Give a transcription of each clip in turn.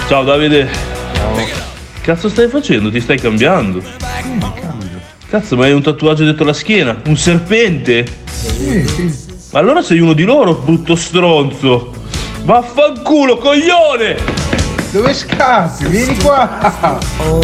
Ciao Davide. Cazzo stai facendo? Ti stai cambiando? Cazzo, ma hai un tatuaggio dietro la schiena? Un serpente? Sì. Ma allora sei uno di loro, brutto stronzo! Vaffanculo, coglione! Dove scappi? Vieni qua!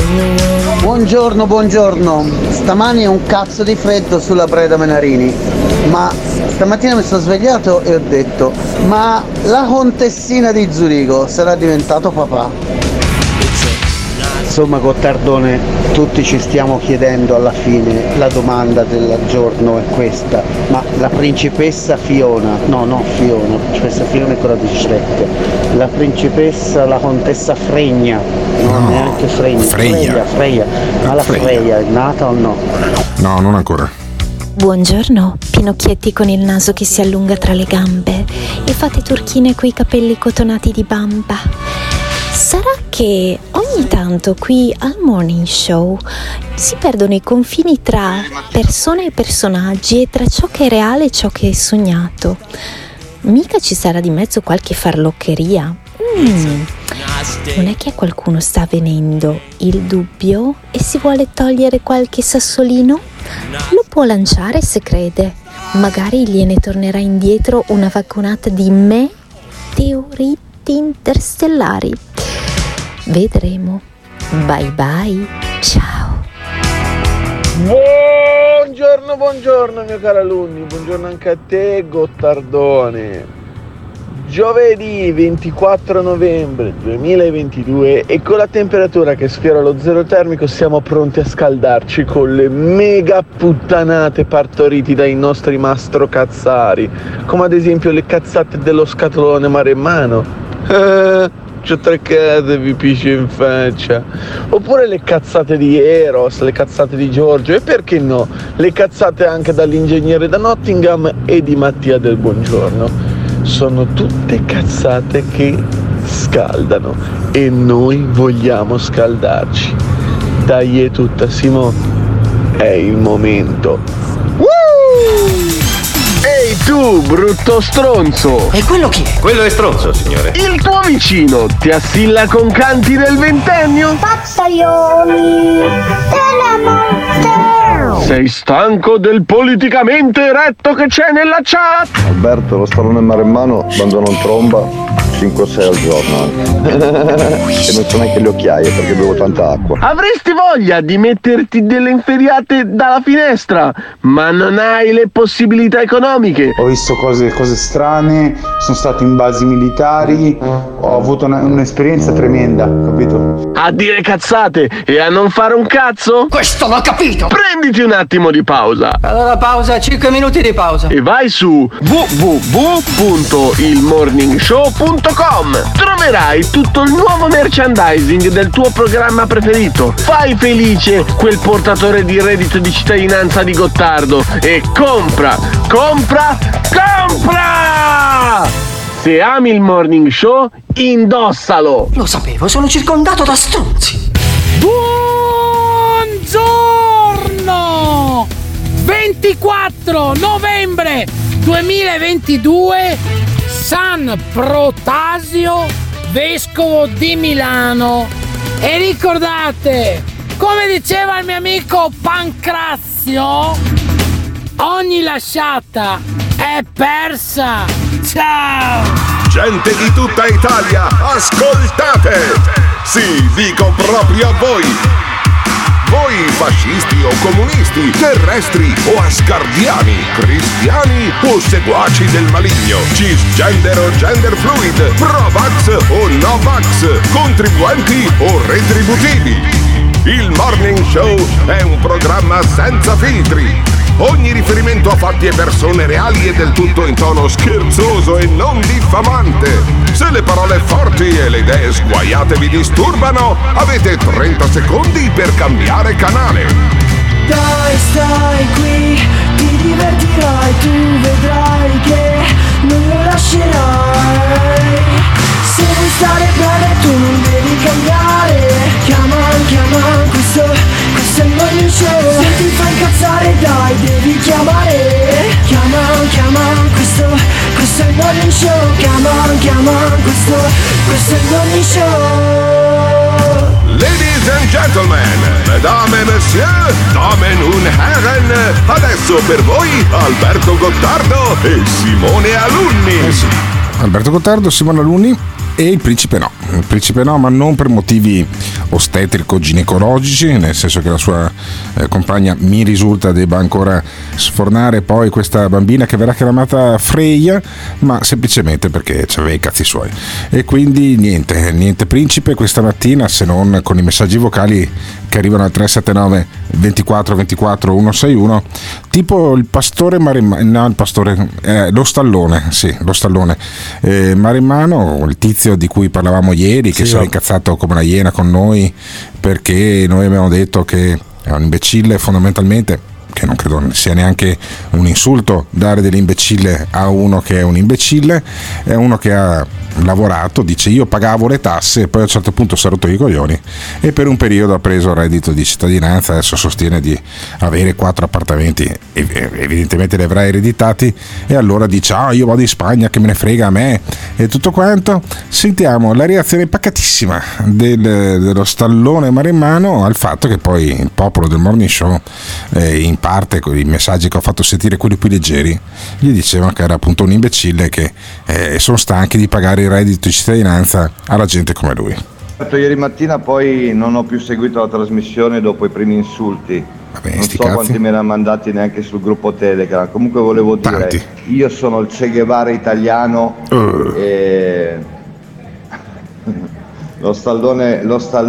Buongiorno. Stamani è un cazzo di freddo sulla Breda Menarini. Ma stamattina mi sono svegliato e ho detto: ma la contessina di Zurigo sarà diventato papà? Insomma, Gottardone, tutti ci stiamo chiedendo alla fine, la domanda del giorno è questa: ma la principessa Fiona, no Fiona, la principessa Fiona è quella di Shrek, la principessa, la contessa Fregna, no, neanche Freya, ma la Freya è nata o no? No, non ancora. Buongiorno, Pinocchietti con il naso che si allunga tra le gambe e fate turchine coi capelli cotonati di bamba. Sarà che ogni tanto qui al Morning Show si perdono i confini tra persone e personaggi e tra ciò che è reale e ciò che è sognato. Mica ci sarà di mezzo qualche farloccheria? Non è che a qualcuno sta venendo il dubbio e si vuole togliere qualche sassolino? Lo può lanciare se crede. Magari gliene tornerà indietro una vagonata di meteoriti interstellari. Vedremo. Bye bye. Ciao. Buongiorno mio caro alunni, buongiorno anche a te Gottardone. Giovedì 24 novembre 2022 e con la temperatura che sfiora lo zero termico siamo pronti a scaldarci con le mega puttanate partoriti dai nostri mastrocazzari, come ad esempio le cazzate dello scatolone maremmano. C'ho tre case, vi piscio in faccia. Oppure le cazzate di Eros, le cazzate di Giorgio e perché no, le cazzate anche dall'ingegnere da Nottingham e di Mattia del Buongiorno. Sono tutte cazzate che scaldano e noi vogliamo scaldarci. Dai, è tutta Simo, è il momento. Ehi tu, brutto stronzo! E quello chi è? Quello è stronzo, signore. Il tuo vicino ti assilla con canti del ventennio? Pazzaioli della morte! Sei stanco del politicamente eretto che c'è nella chat? Alberto, lo stallone maremmano quando non tromba 5-6 al giorno anche. E non so neanche le occhiaie perché bevo tanta acqua. Avresti voglia di metterti delle inferriate dalla finestra, ma non hai le possibilità economiche. Ho visto cose strane, sono stato in basi militari, ho avuto un'esperienza tremenda, capito? A dire cazzate e a non fare un cazzo? Questo l'ho capito! Prenditi un attimo di pausa. Allora pausa, 5 minuti di pausa. E vai su www.ilmorningshow.com. Troverai tutto il nuovo merchandising del tuo programma preferito. Fai felice quel portatore di reddito di cittadinanza di Gottardo e compra! Se ami il Morning Show, indossalo! Lo sapevo, sono circondato da stronzi. Buongiorno! 24 novembre 2022, San Protasio, vescovo di Milano. E ricordate, come diceva il mio amico Pancrazio, ogni lasciata è persa. Ciao! Gente di tutta Italia, ascoltate! Sì, dico proprio a voi! Voi fascisti o comunisti, terrestri o asgardiani, cristiani o seguaci del maligno, cisgender o gender fluid, pro-vax o no-vax, contribuenti o retributivi. Il Morning Show è un programma senza filtri. Ogni riferimento a fatti e persone reali è del tutto in tono scherzoso e non diffamante. Se le parole forti e le idee sguaiate vi disturbano, avete 30 secondi per cambiare canale. Dai, stai qui, ti divertirai, tu vedrai che non lo lascerai. Se vuoi stare bene tu non devi cambiare. Chiama, questo è il Morning Show. Se ti fai incazzare dai, devi chiamare. Chiama, questo è il Morning Show. Chiama, questo è il Morning Show. gentlemen, mesdames et messieurs, damen und herren, adesso per voi Alberto Gottardo e Simone Alunni. Sì. Alberto Gottardo, Simone Alunni e il principe no, ma non per motivi ostetrico-ginecologici, nel senso che la sua compagna mi risulta debba ancora sfornare poi questa bambina che verrà chiamata Freya, ma semplicemente perché c'aveva i cazzi suoi. E quindi niente principe questa mattina, se non con i messaggi vocali che arrivano al 379 24 24 161, tipo il pastore lo stallone Maremmano, il tizio di cui parlavamo ieri, che si era incazzato come una iena con noi perché noi abbiamo detto che è un imbecille fondamentalmente, che non credo sia neanche un insulto dare dell'imbecille a uno che è un imbecille, è uno che ha lavorato, dice io pagavo le tasse e poi a un certo punto si è rotto i coglioni e per un periodo ha preso il reddito di cittadinanza, adesso sostiene di avere 4 appartamenti, evidentemente li avrà ereditati, e allora dice io vado in Spagna, che me ne frega a me e tutto quanto. Sentiamo la reazione pacatissima dello stallone maremmano al fatto che poi il popolo del Morning Show, in parte con i messaggi che ho fatto sentire, quelli più leggeri, gli dicevano che era appunto un imbecille, che sono stanchi di pagare il reddito di cittadinanza alla gente come lui. Ieri mattina poi non ho più seguito la trasmissione dopo i primi insulti. Vabbè, non so quanti me ne ha mandati neanche sul gruppo Telegram. Comunque volevo dire, tanti. Io sono il Che Guevara italiano e lo stallone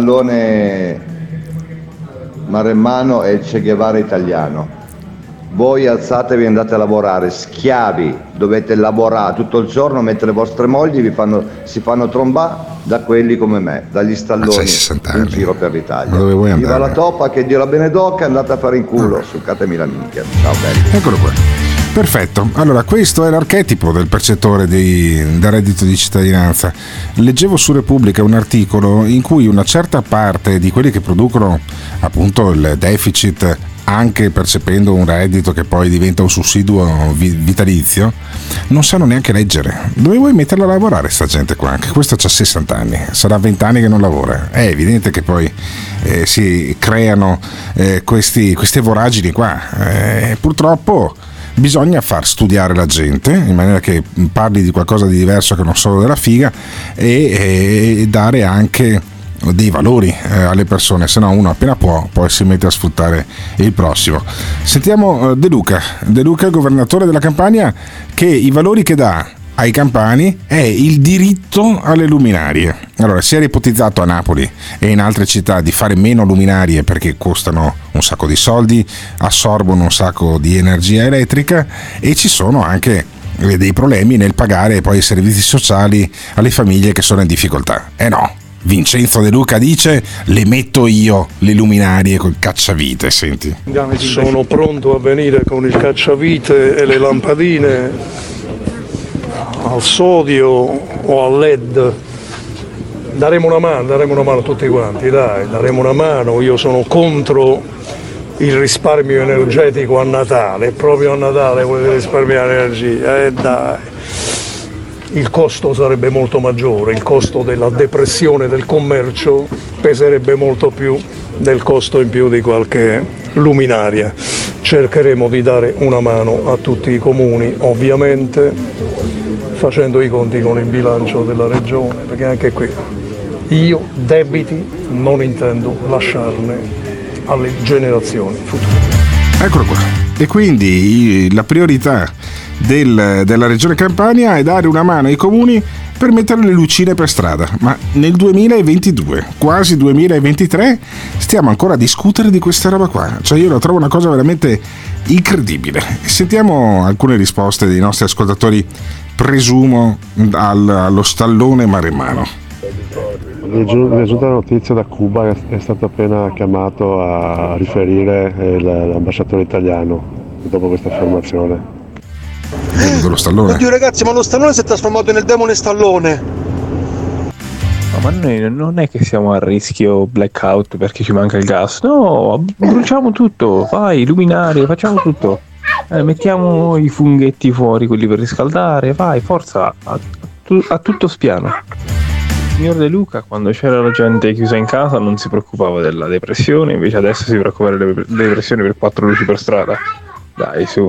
maremmano è il Che Guevara italiano. Voi alzatevi e andate a lavorare, schiavi, dovete lavorare tutto il giorno mentre le vostre mogli si fanno trombare da quelli come me, dagli stalloni in giro per l'Italia. Ma dove vuoi andare? Viva la toppa, che Dio la benedocca, andate a fare in culo, succatemi la minchia. Ciao belli. Eccolo qua. Perfetto, allora questo è l'archetipo del percettore del reddito di cittadinanza. Leggevo su Repubblica un articolo in cui una certa parte di quelli che producono appunto il deficit, anche percependo un reddito che poi diventa un sussidio vitalizio, non sanno neanche leggere. Dove vuoi metterla a lavorare sta gente qua? Anche questo c'ha 60 anni, sarà 20 anni che non lavora. È evidente che poi si creano queste voragini qua. Purtroppo bisogna far studiare la gente in maniera che parli di qualcosa di diverso che non solo della figa, e dare anche dei valori alle persone, se no uno appena può poi si mette a sfruttare il prossimo. Sentiamo De Luca, il governatore della Campania, che i valori che dà ai campani è il diritto alle luminarie. Allora, si era ipotizzato a Napoli e in altre città di fare meno luminarie perché costano un sacco di soldi, assorbono un sacco di energia elettrica e ci sono anche dei problemi nel pagare poi i servizi sociali alle famiglie che sono in difficoltà. No, Vincenzo De Luca dice le metto io le luminarie col cacciavite, senti. Sono pronto a venire con il cacciavite e le lampadine al sodio o al LED. Daremo una mano tutti quanti, dai, daremo una mano. Io sono contro il risparmio energetico a Natale, proprio a Natale volete risparmiare energia, dai. Il costo sarebbe molto maggiore, il costo della depressione del commercio peserebbe molto più del costo in più di qualche luminaria. Cercheremo di dare una mano a tutti i comuni, ovviamente facendo i conti con il bilancio della regione, perché anche qui io debiti non intendo lasciarne alle generazioni future. Eccolo qua. E quindi la priorità della regione Campania è dare una mano ai comuni per mettere le lucine per strada, ma nel 2022, quasi 2023, stiamo ancora a discutere di questa roba qua. Cioè io la trovo una cosa veramente incredibile. Sentiamo alcune risposte dei nostri ascoltatori, presumo allo stallone maremmano. Mi è giunta la notizia da Cuba, è stato appena chiamato a riferire l'ambasciatore italiano dopo questa affermazione. Dello stallone. Oddio ragazzi, ma lo stallone si è trasformato nel demone stallone. Ma noi non è che siamo a rischio blackout perché ci manca il gas, no, bruciamo tutto, vai, luminarie, facciamo tutto, mettiamo i funghetti fuori, quelli per riscaldare, vai, forza, a tutto spiano. signor De Luca, quando c'era la gente chiusa in casa non si preoccupava della depressione, invece adesso si preoccupa della depressione per 4 luci per strada. Dai, su.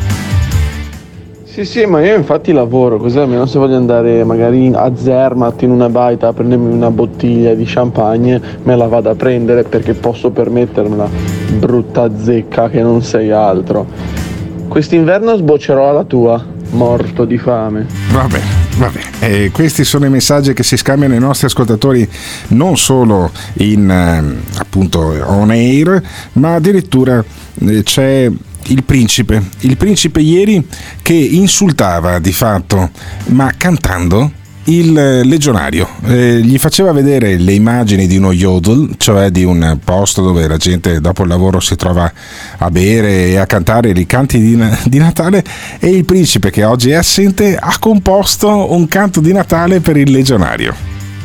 Sì, ma io infatti lavoro, così almeno se voglio andare magari a Zermatt in una baita a prendermi una bottiglia di champagne me la vado a prendere perché posso permettermela, brutta zecca che non sei altro. Quest'inverno sboccerò alla tua, morto di fame. Vabbè. Questi sono i messaggi che si scambiano i nostri ascoltatori non solo in appunto on air, ma addirittura c'è il principe ieri che insultava di fatto, ma cantando, il legionario. Gli faceva vedere le immagini di uno yodel, cioè di un posto dove la gente dopo il lavoro si trova a bere e a cantare i canti di Natale, e il principe, che oggi è assente, ha composto un canto di Natale per il legionario.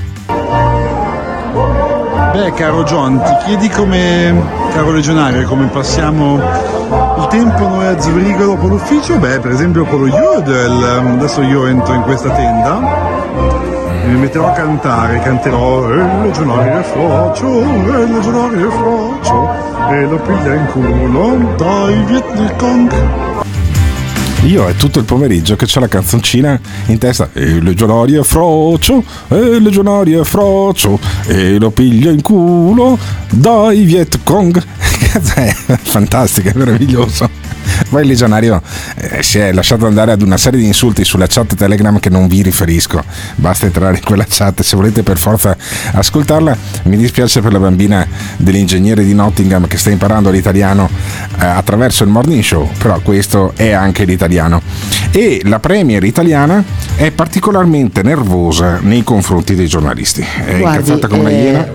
Beh, caro John, ti chiedi caro legionario, come passiamo il tempo noi a Zurigo dopo l'ufficio? Beh, per esempio con lo yodel. Adesso io entro in questa tenda e mi metterò a cantare, canterò il legionario è frocio, il legionario è frocio, e lo piglia in culo dai Vietcong. Io è tutto il pomeriggio che c'ho la canzoncina in testa, e il legionario è frocio, e il legionario è frocio, e lo piglia in culo dai Viet Cong. È fantastico, è meraviglioso. Poi il legionario si è lasciato andare ad una serie di insulti sulla chat Telegram che non vi riferisco, basta entrare in quella chat se volete per forza ascoltarla. Mi dispiace per la bambina dell'ingegnere di Nottingham che sta imparando l'italiano attraverso il morning show, però questo è anche l'italiano. E la premier italiana è particolarmente nervosa nei confronti dei giornalisti, è incazzata come una iena.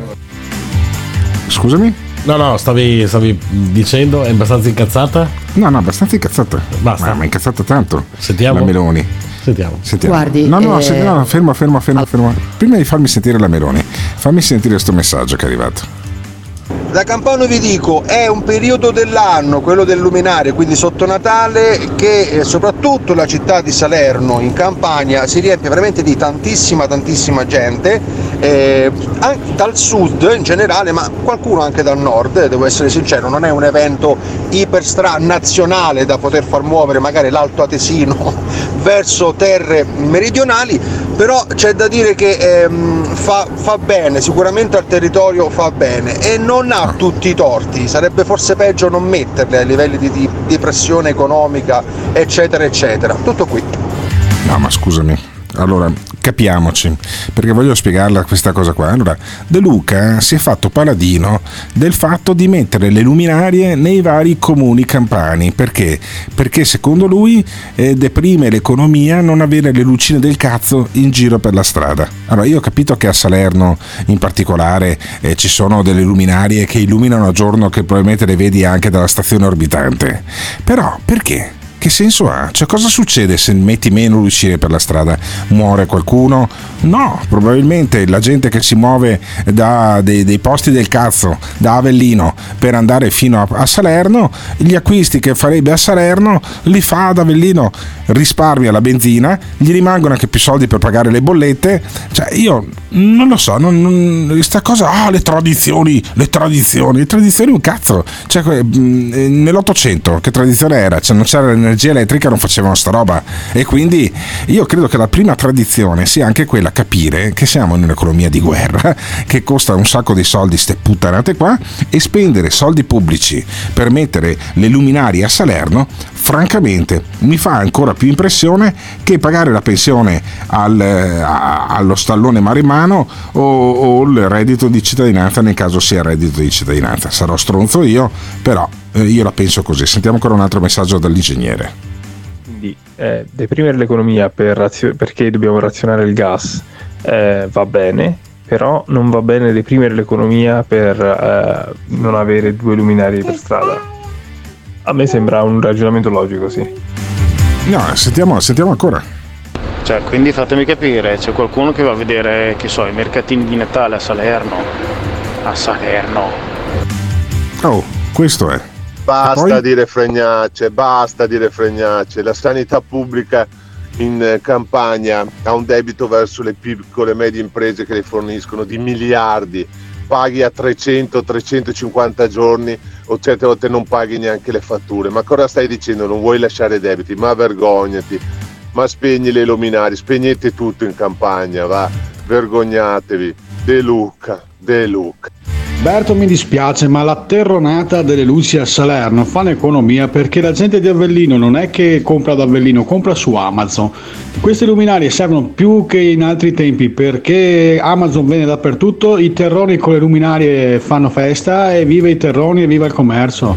Scusami? No, stavi dicendo, è abbastanza incazzata? No, abbastanza incazzata. Basta. Ma è incazzata tanto. Sentiamo. La Meloni. Sentiamo. Guardi, ferma. Prima di farmi sentire la Meloni, fammi sentire questo messaggio che è arrivato. Da campano vi dico, è un periodo dell'anno, quello del luminario, quindi sotto Natale, che soprattutto la città di Salerno in Campania si riempie veramente di tantissima gente, anche dal sud in generale, ma qualcuno anche dal nord, devo essere sincero. Non è un evento iper nazionale da poter far muovere magari l'Alto Atesino verso terre meridionali, però c'è da dire che fa bene, sicuramente al territorio fa bene e non ha tutti i torti. Sarebbe forse peggio non metterle ai livelli di pressione economica, eccetera eccetera. Tutto qui. No, ma scusami, allora capiamoci, perché voglio spiegarla questa cosa qua. Allora, De Luca si è fatto paladino del fatto di mettere le luminarie nei vari comuni campani. Perché? Perché secondo lui deprime l'economia non avere le lucine del cazzo in giro per la strada. Allora, io ho capito che a Salerno in particolare ci sono delle luminarie che illuminano a giorno, che probabilmente le vedi anche dalla stazione orbitante, però perché? Che senso ha? Cioè, cosa succede se metti meno lucine per la strada? Muore qualcuno? No, probabilmente la gente che si muove da dei posti del cazzo, da Avellino, per andare fino a Salerno, gli acquisti che farebbe a Salerno li fa ad Avellino, risparmia la benzina, gli rimangono anche più soldi per pagare le bollette. Cioè, io non lo so, questa cosa, le tradizioni un cazzo. Cioè, nell'Ottocento che tradizione era? Cioè, non c'era l'energia elettrica, non facevano sta roba, e quindi io credo che la prima tradizione sia anche quella, capire che siamo in un'economia di guerra, che costa un sacco di soldi ste puttanate qua, e spendere soldi pubblici per mettere le luminarie a Salerno francamente mi fa ancora più impressione che pagare la pensione allo stallone Marimano o il reddito di cittadinanza, nel caso sia il reddito di cittadinanza. Sarò stronzo io, però io la penso così. Sentiamo ancora un altro messaggio dall'ingegnere. Quindi deprimere l'economia perché dobbiamo razionare il gas va bene, però non va bene deprimere l'economia per non avere 2 luminarie per strada. A me sembra un ragionamento logico, sì. No, sentiamo ancora. Cioè, quindi fatemi capire, c'è qualcuno che va a vedere, che so, i mercatini di Natale a Salerno. Oh, questo è. Basta dire fregnacce, la sanità pubblica in Campania ha un debito verso le piccole e medie imprese che le forniscono di miliardi, paghi a 300-350 giorni o certe volte non paghi neanche le fatture. Ma cosa stai dicendo? Non vuoi lasciare debiti? Ma vergognati, ma spegni le luminari, spegnete tutto in Campania, va, vergognatevi. De Luca. Berto, mi dispiace, ma la terronata delle luci a Salerno fa un'economia, perché la gente di Avellino non è che compra da Avellino, compra su Amazon. Queste luminarie servono più che in altri tempi, perché Amazon viene dappertutto, i terroni con le luminarie fanno festa, e viva i terroni e viva il commercio.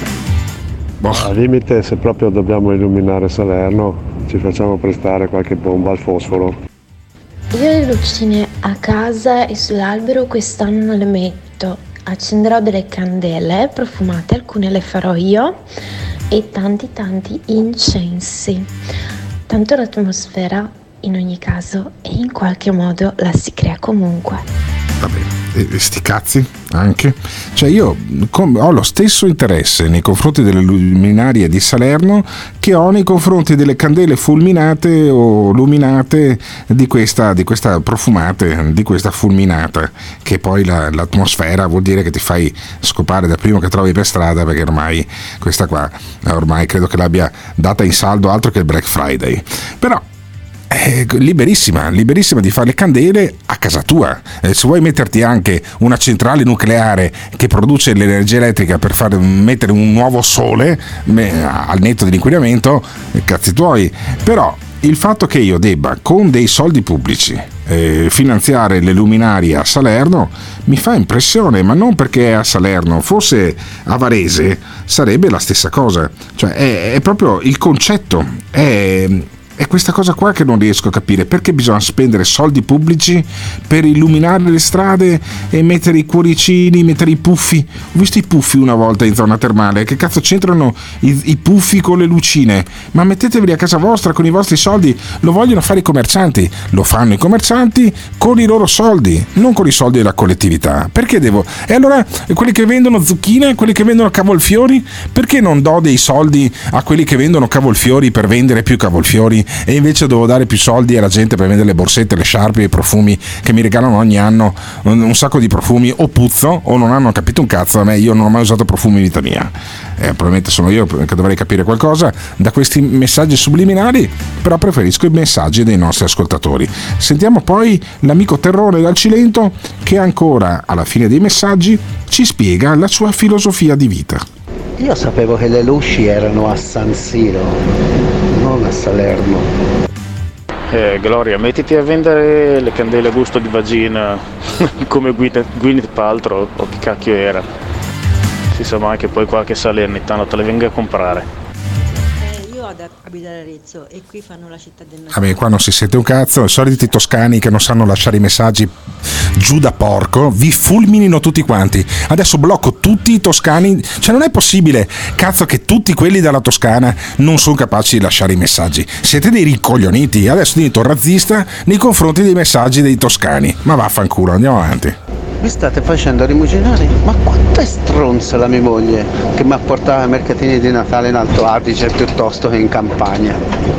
Al limite, se proprio dobbiamo illuminare Salerno, ci facciamo prestare qualche bomba al fosforo. Io le lucine a casa e sull'albero quest'anno non le metto. Accenderò delle candele profumate, alcune le farò io, e tanti incensi. Tanto l'atmosfera in ogni caso e in qualche modo la si crea comunque. E sti cazzi anche, cioè io ho lo stesso interesse nei confronti delle luminarie di Salerno che ho nei confronti delle candele fulminate o luminate di questa profumate, di questa fulminata, che poi l'atmosfera vuol dire che ti fai scopare dal primo che trovi per strada, perché ormai questa qua ormai credo che l'abbia data in saldo altro che il Black Friday. Però liberissima di fare le candele a casa tua. Se vuoi metterti anche una centrale nucleare che produce l'energia elettrica per far mettere un nuovo sole al netto dell'inquinamento, cazzi tuoi. Però il fatto che io debba con dei soldi pubblici finanziare le luminarie a Salerno mi fa impressione, ma non perché è a Salerno, fosse a Varese sarebbe la stessa cosa. Cioè è proprio il concetto, è questa cosa qua che non riesco a capire, perché bisogna spendere soldi pubblici per illuminare le strade e mettere i cuoricini, mettere i puffi. Ho visto i puffi una volta in zona termale, che cazzo c'entrano i puffi con le lucine? Ma metteteveli a casa vostra con i vostri soldi. Lo vogliono fare i commercianti, lo fanno i commercianti con i loro soldi, non con i soldi della collettività. Perché devo? E allora quelli che vendono zucchine, quelli che vendono cavolfiori, perché non do dei soldi a quelli che vendono cavolfiori per vendere più cavolfiori, e invece devo dare più soldi alla gente per vendere le borsette, le sciarpe e i profumi che mi regalano ogni anno un sacco di profumi, o puzzo o non hanno capito un cazzo. A me, io non ho mai usato profumi in vita mia, probabilmente sono io che dovrei capire qualcosa da questi messaggi subliminali, però preferisco i messaggi dei nostri ascoltatori. Sentiamo poi l'amico Terrone dal Cilento, che ancora alla fine dei messaggi ci spiega la sua filosofia di vita. Io sapevo che le luci erano a San Siro, non a Salerno. Gloria, mettiti a vendere le candele a gusto di vagina come Gwyneth Paltrow o che cacchio era. Si sa mai che poi qualche salernitano te le venga a comprare. Io abito ad Arezzo e qui fanno la città del Natale. Vabbè, qua non si sente un cazzo, i soliti toscani che non sanno lasciare i messaggi giù da porco, vi fulminino tutti quanti. Adesso blocco tutti i toscani, cioè non è possibile, cazzo, che tutti quelli della Toscana non sono capaci di lasciare i messaggi. Siete dei rincoglioniti, adesso divento razzista nei confronti dei messaggi dei toscani. Ma vaffanculo, andiamo avanti. Mi state facendo rimuginare? Ma quanto è stronza la mia moglie che mi ha portato ai mercatini di Natale in Alto Adige piuttosto che in Campania.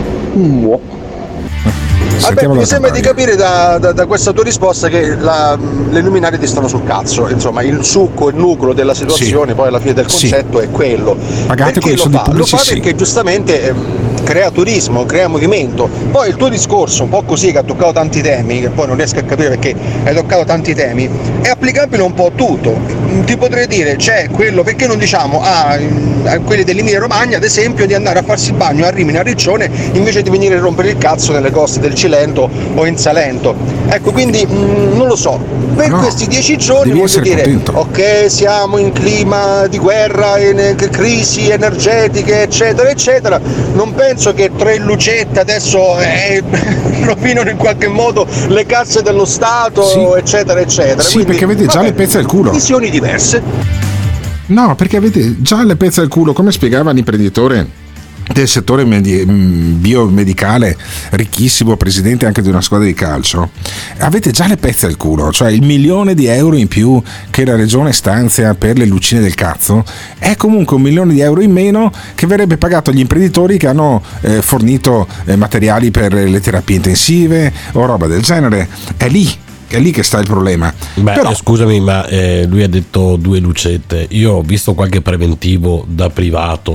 Vabbè, mi sembra di capire da questa tua risposta che le luminarie ti stanno sul cazzo. Insomma, il succo, il nucleo della situazione, sì, poi alla fine del concetto è quello. Pagate perché con i soldi pubblici, lo fa perché giustamente crea turismo, crea movimento. Poi il tuo discorso, un po' così, che ha toccato tanti temi, che poi non riesco a capire perché hai toccato tanti temi, è applicabile un po' a tutto. Ti potrei dire, c'è quello, perché non diciamo a quelli dell'Emilia Romagna, ad esempio, di andare a farsi il bagno a Rimini, a Riccione, invece di venire a rompere il cazzo nelle coste del Cilento o in Salento. Ecco, quindi non lo so, per questi 10 giorni voglio dire, contento. Ok, siamo in clima di guerra, crisi energetiche, eccetera eccetera, non penso che 3 lucette adesso rovinano in qualche modo le casse dello Stato, sì, eccetera eccetera. Sì, quindi, perché avete già le pezze al culo. Visioni diverse. No, perché avete già le pezze al culo, come spiegava l'imprenditore del settore biomedicale, ricchissimo, presidente anche di una squadra di calcio, avete già le pezze al culo. Cioè il 1 milione di euro in più che la regione stanzia per le lucine del cazzo è comunque 1 milione di euro in meno che verrebbe pagato agli imprenditori che hanno fornito materiali per le terapie intensive o roba del genere. È lì che sta il problema. Beh, però, scusami, ma lui ha detto 2 lucette. Io ho visto qualche preventivo da privato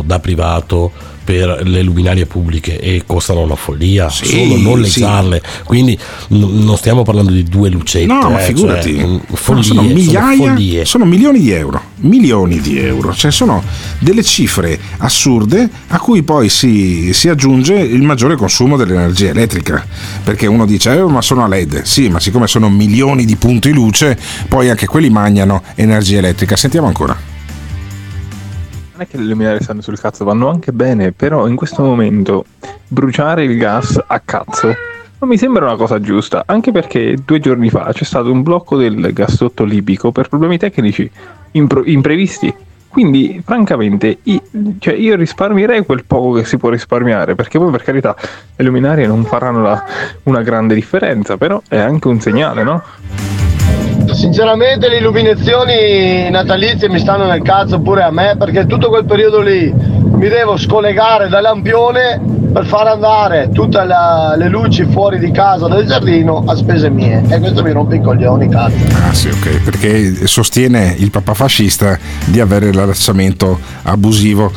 per le luminarie pubbliche e costano una follia, solo non le usarle. Quindi non stiamo parlando di 2 lucette. No, ma figurati, follie, sono migliaia, follie. Sono milioni di euro, cioè sono delle cifre assurde a cui poi si aggiunge il maggiore consumo dell'energia elettrica, perché uno dice ma sono a LED, sì, ma siccome sono milioni di punti luce poi anche quelli mangiano energia elettrica. Sentiamo ancora. Non è che le luminarie stanno sul cazzo, vanno anche bene, però in questo momento bruciare il gas a cazzo non mi sembra una cosa giusta, anche perché 2 giorni fa c'è stato un blocco del gasdotto libico per problemi tecnici imprevisti. Quindi francamente io risparmierei quel poco che si può risparmiare, perché poi per carità le luminarie non faranno una grande differenza, però è anche un segnale, no? Sinceramente le illuminazioni natalizie mi stanno nel cazzo pure a me, perché tutto quel periodo lì mi devo scollegare dal lampione per far andare tutte le luci fuori di casa del giardino a spese mie, e questo mi rompe i coglioni, cazzo. Ah sì, ok, perché sostiene il papà fascista di avere l'allacciamento abusivo,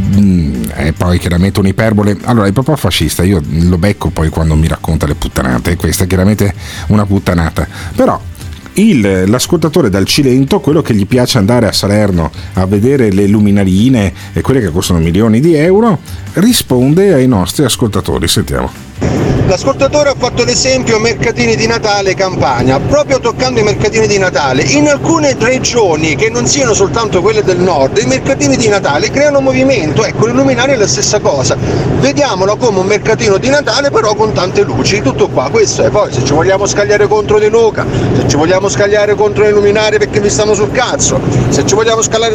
e poi chiaramente un'iperbole. Allora il papà fascista io lo becco poi quando mi racconta le puttanate, e questa è chiaramente una puttanata, però l'ascoltatore dal Cilento, quello che gli piace andare a Salerno a vedere le luminarine e quelle che costano milioni di euro, risponde ai nostri ascoltatori. Sentiamo. L'ascoltatore ha fatto l'esempio mercatini di Natale Campania, proprio toccando i mercatini di Natale. In alcune regioni che non siano soltanto quelle del nord, i mercatini di Natale creano movimento, ecco, l'illuminare è la stessa cosa. Vediamolo come un mercatino di Natale però con tante luci, tutto qua, questo è. Poi se ci vogliamo scagliare contro De Luca, se ci vogliamo scagliare contro le luminarie perché vi stanno sul cazzo, se ci vogliamo scagliare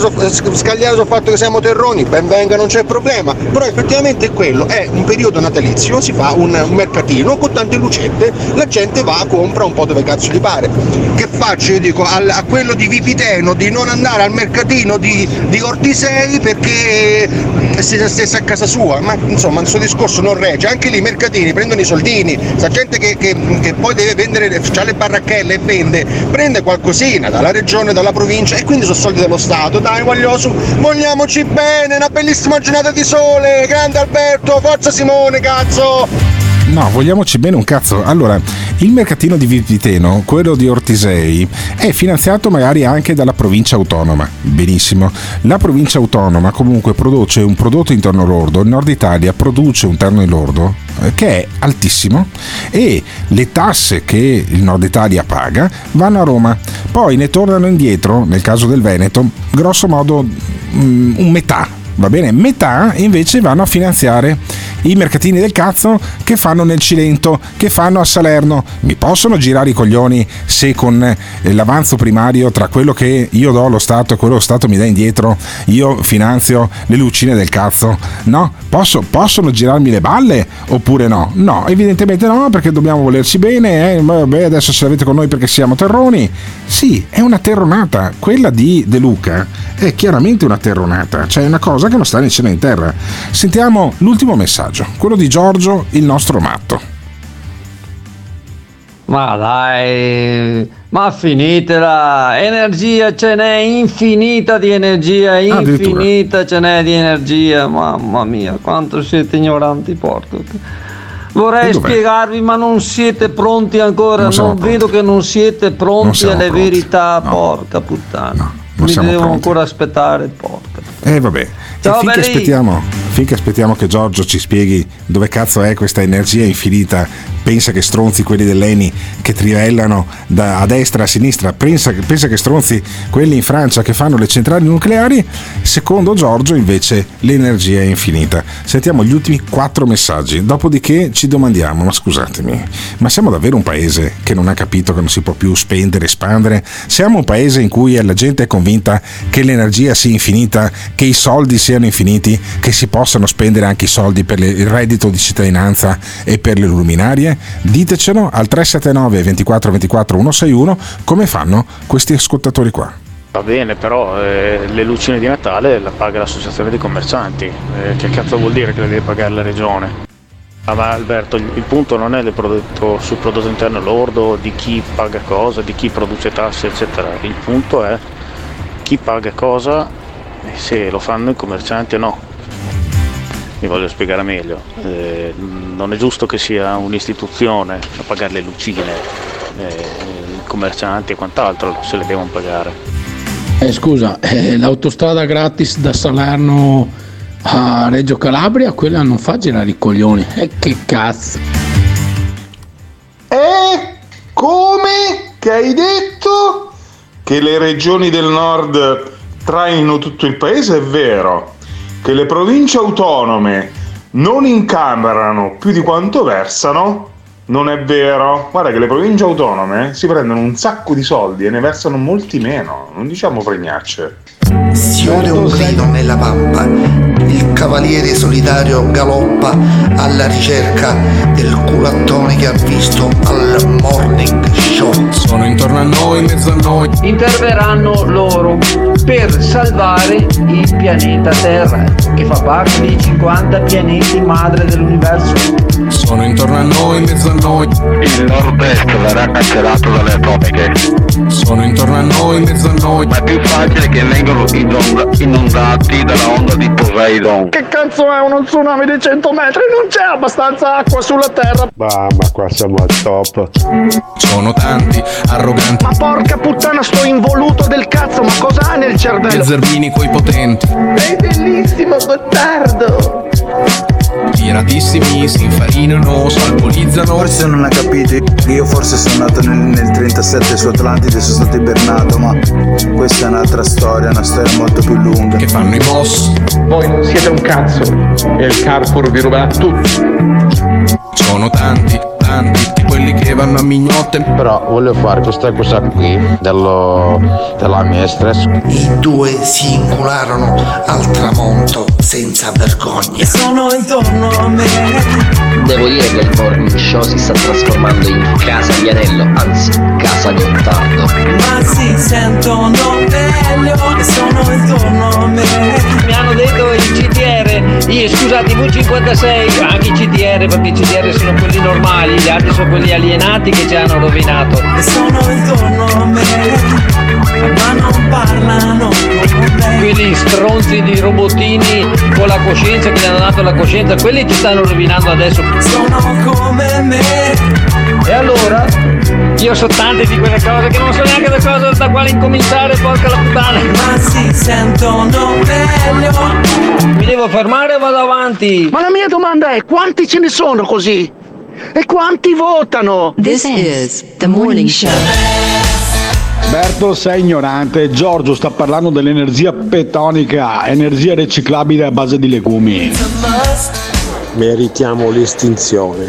sul fatto che siamo terroni, ben venga, non c'è problema, però effettivamente quello è un periodo natalizio, si fa un mercatino con tante lucette, la gente va, compra un po' dove cazzo gli pare. Che faccio? Io dico a quello di Vipiteno di non andare al mercatino di Ortisei perché se stesse a casa sua, ma insomma il suo discorso non regge. Anche lì i mercatini prendono i soldini, sta gente che poi deve vendere, c'ha le barracchelle e vende, prende qualcosina dalla regione, dalla provincia, e quindi sono soldi dello Stato. Dai vogliamoci bene, una bellissima giornata di sole, grande Alberto, forza Simone, cazzo! No, vogliamoci bene un cazzo. Allora, il mercatino di Vipiteno, quello di Ortisei, è finanziato magari anche dalla provincia autonoma. Benissimo. La provincia autonoma comunque produce un prodotto interno lordo, il Nord Italia produce un interno lordo che è altissimo, e le tasse che il Nord Italia paga vanno a Roma. Poi ne tornano indietro, nel caso del Veneto, grosso modo un metà. Va bene, metà invece vanno a finanziare i mercatini del cazzo che fanno nel Cilento, che fanno a Salerno. Mi possono girare i coglioni se con l'avanzo primario tra quello che io do allo Stato e quello che lo Stato mi dà indietro io finanzio le lucine del cazzo? No? Possono girarmi le balle oppure no? No, evidentemente no, perché dobbiamo volerci bene. Vabbè, adesso ce l'avete con noi perché siamo terroni. Sì, è una terronata. Quella di De Luca è chiaramente una terronata, cioè è una cosa che non sta né cielo né in terra. Sentiamo l'ultimo messaggio, quello di Giorgio, il nostro matto. Ma dai, ma finitela, energia ce n'è infinita di energia, infinita ce n'è di energia, mamma mia, quanto siete ignoranti, porco. Vorrei spiegarvi, ma non siete pronti ancora, non vedo che non siete pronti alle verità, porca puttana. Mi devo ancora aspettare, porca. Vabbè. Ciao, finché aspettiamo che Giorgio ci spieghi dove cazzo è questa energia infinita pensa che stronzi quelli dell'ENI che trivellano a destra e a sinistra, pensa che stronzi quelli in Francia che fanno le centrali nucleari. Secondo Giorgio invece l'energia è infinita. Sentiamo gli ultimi 4 messaggi, dopodiché ci domandiamo: ma scusatemi, ma siamo davvero un paese che non ha capito che non si può più spendere e espandere? Siamo un paese in cui la gente è convinta che l'energia sia infinita, che i soldi siano infiniti, che si possano spendere anche i soldi per il reddito di cittadinanza e per le luminarie? Ditecelo al 379 24 24 161 come fanno questi ascoltatori qua. Va bene, però le lucine di Natale la paga l'associazione dei commercianti. Che cazzo vuol dire che le deve pagare la regione? Ma Alberto, il punto non è sul prodotto interno lordo, di chi paga cosa, di chi produce tasse, eccetera. Il punto è chi paga cosa e se lo fanno i commercianti o no. Mi voglio spiegare meglio. Non è giusto che sia un'istituzione a pagare le lucine, i commercianti e quant'altro se le devono pagare. Scusa, l'autostrada gratis da Salerno a Reggio Calabria, quella non fa girare i coglioni. Che cazzo. Come che hai detto che le regioni del nord trainano tutto il paese? È vero. Che le province autonome non incamerano più di quanto versano? Non è vero. Guarda che le province autonome si prendono un sacco di soldi e ne versano molti meno. Non diciamo fregnacce. Si ode un grido nella pampa, il cavaliere solitario galoppa alla ricerca del culattone che ha visto al morning show. Sono intorno a noi, in mezzo a noi. Interverranno loro per salvare il pianeta Terra, che fa parte dei 50 pianeti madre dell'universo. Sono intorno a noi, in mezzo a noi. Il nord-est verrà cancellato dalle atomiche. Sono intorno a noi, in mezzo a noi. Ma è più facile che vengano inondati dalla onda di Poseidon. Che cazzo è uno tsunami di 100 metri? Non c'è abbastanza acqua sulla terra. Ma qua siamo al top. Sono tanti, arroganti. Ma porca puttana, sto involuto del cazzo, ma cosa ha nel cervello? E zerbini coi potenti. È bellissimo, Gottardo. Tiratissimi, si infarinano, salpolizzano. Forse non ha capito che io forse sono nato nel 37 su Atlantide e sono stato ibernato, ma questa è un'altra storia, una storia molto più lunga. Che fanno i boss? Voi non siete un cazzo e il Carrefour vi ruberà tutto. Sono tanti, che quelli che vanno a mignotte. Però voglio fare questa cosa qui della mia stress. I due si incularono al tramonto senza vergogna. Sono intorno a me. Devo dire che il morning show si sta trasformando in casa di Anello, anzi casa Gottardo. Ma si sentono meglio e sono intorno a me. Mi hanno detto il CTR, scusate, i V56, anche i CTR, perché i CTR sono quelli normali, gli altri sono quelli alienati che ci hanno rovinato. E sono intorno a me, ma non parlano con me. Quelli stronzi di robottini con la coscienza, che gli hanno dato la coscienza, quelli ci stanno rovinando adesso. Sono come me. E allora? Io so tante di quelle cose che non so neanche da quale incominciare, porca la puttana. Ma si sentono meglio. Mi devo fermare o vado avanti? Ma la mia domanda è: quanti ce ne sono così? E quanti votano? This is the morning show. Berto, sei ignorante. Giorgio sta parlando dell'energia petonica, energia riciclabile a base di legumi. Meritiamo l'estinzione.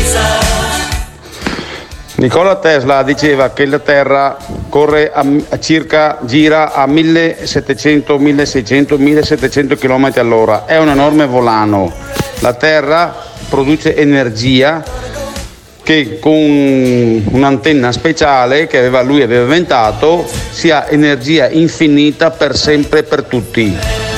Nikola Tesla diceva che la Terra corre gira a 1700, 1600, 1700 km all'ora. È un enorme volano. La Terra produce energia che con un'antenna speciale che lui aveva inventato sia energia infinita per sempre e per tutti.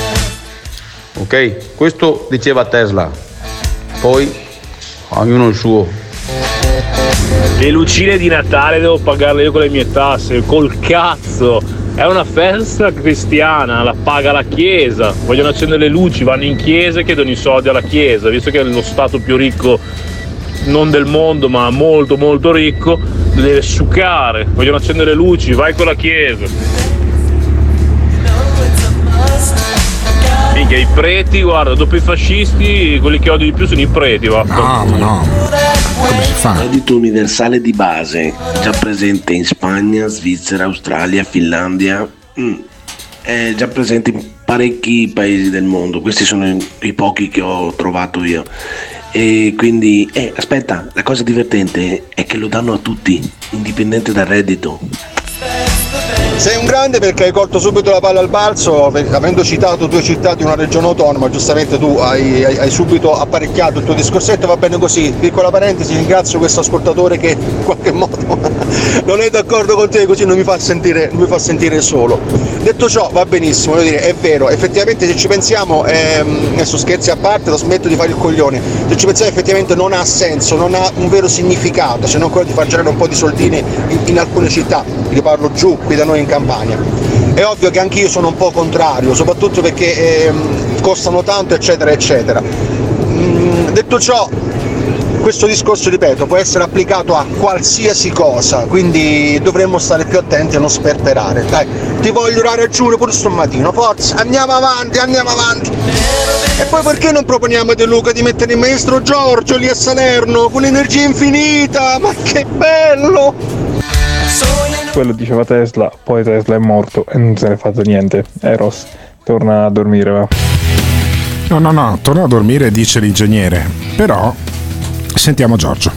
Ok? Questo diceva Tesla. Poi ognuno il suo. Le lucine di Natale devo pagarle io con le mie tasse, col cazzo! È una festa cristiana, la paga la chiesa, vogliono accendere le luci, vanno in chiesa e chiedono i soldi alla chiesa, visto che è lo stato più ricco, non del mondo ma molto molto ricco, deve succare, vogliono accendere le luci, vai con la chiesa. Minchia, i preti, guarda, dopo i fascisti, quelli che odio di più sono i preti, va. No. Come si fa? Reddito universale di base, già presente in Spagna, Svizzera, Australia, Finlandia, è già presente in parecchi paesi del mondo. Questi sono i pochi che ho trovato io. E quindi, aspetta, la cosa divertente è che lo danno a tutti, indipendente dal reddito. Sei un grande perché hai colto subito la palla al balzo, avendo citato due città di una regione autonoma, giustamente tu hai subito apparecchiato il tuo discorsetto, va bene così. Piccola parentesi, ringrazio questo ascoltatore che in qualche modo non è d'accordo con te, così non mi fa sentire solo. Detto ciò, va benissimo, voglio dire, è vero, effettivamente se ci pensiamo, adesso scherzi a parte, lo smetto di fare il coglione, se ci pensiamo effettivamente non ha senso, non ha un vero significato, se non quello di far girare un po' di soldini in alcune città, io parlo giù, qui da noi in Campania. È ovvio che anch'io sono un po' contrario, soprattutto perché costano tanto, eccetera eccetera. Detto ciò, questo discorso, ripeto, può essere applicato a qualsiasi cosa, quindi dovremmo stare più attenti a non sperperare. Dai, ti voglio raggiungere pure stamattina, forza, andiamo avanti. E poi perché non proponiamo a De Luca di mettere il maestro Giorgio lì a Salerno con energia infinita? Ma che bello! Quello diceva Tesla, poi Tesla è morto e non se ne è fatto niente. Eros, torna a dormire, va. No, torna a dormire, dice l'ingegnere. Però sentiamo Giorgio.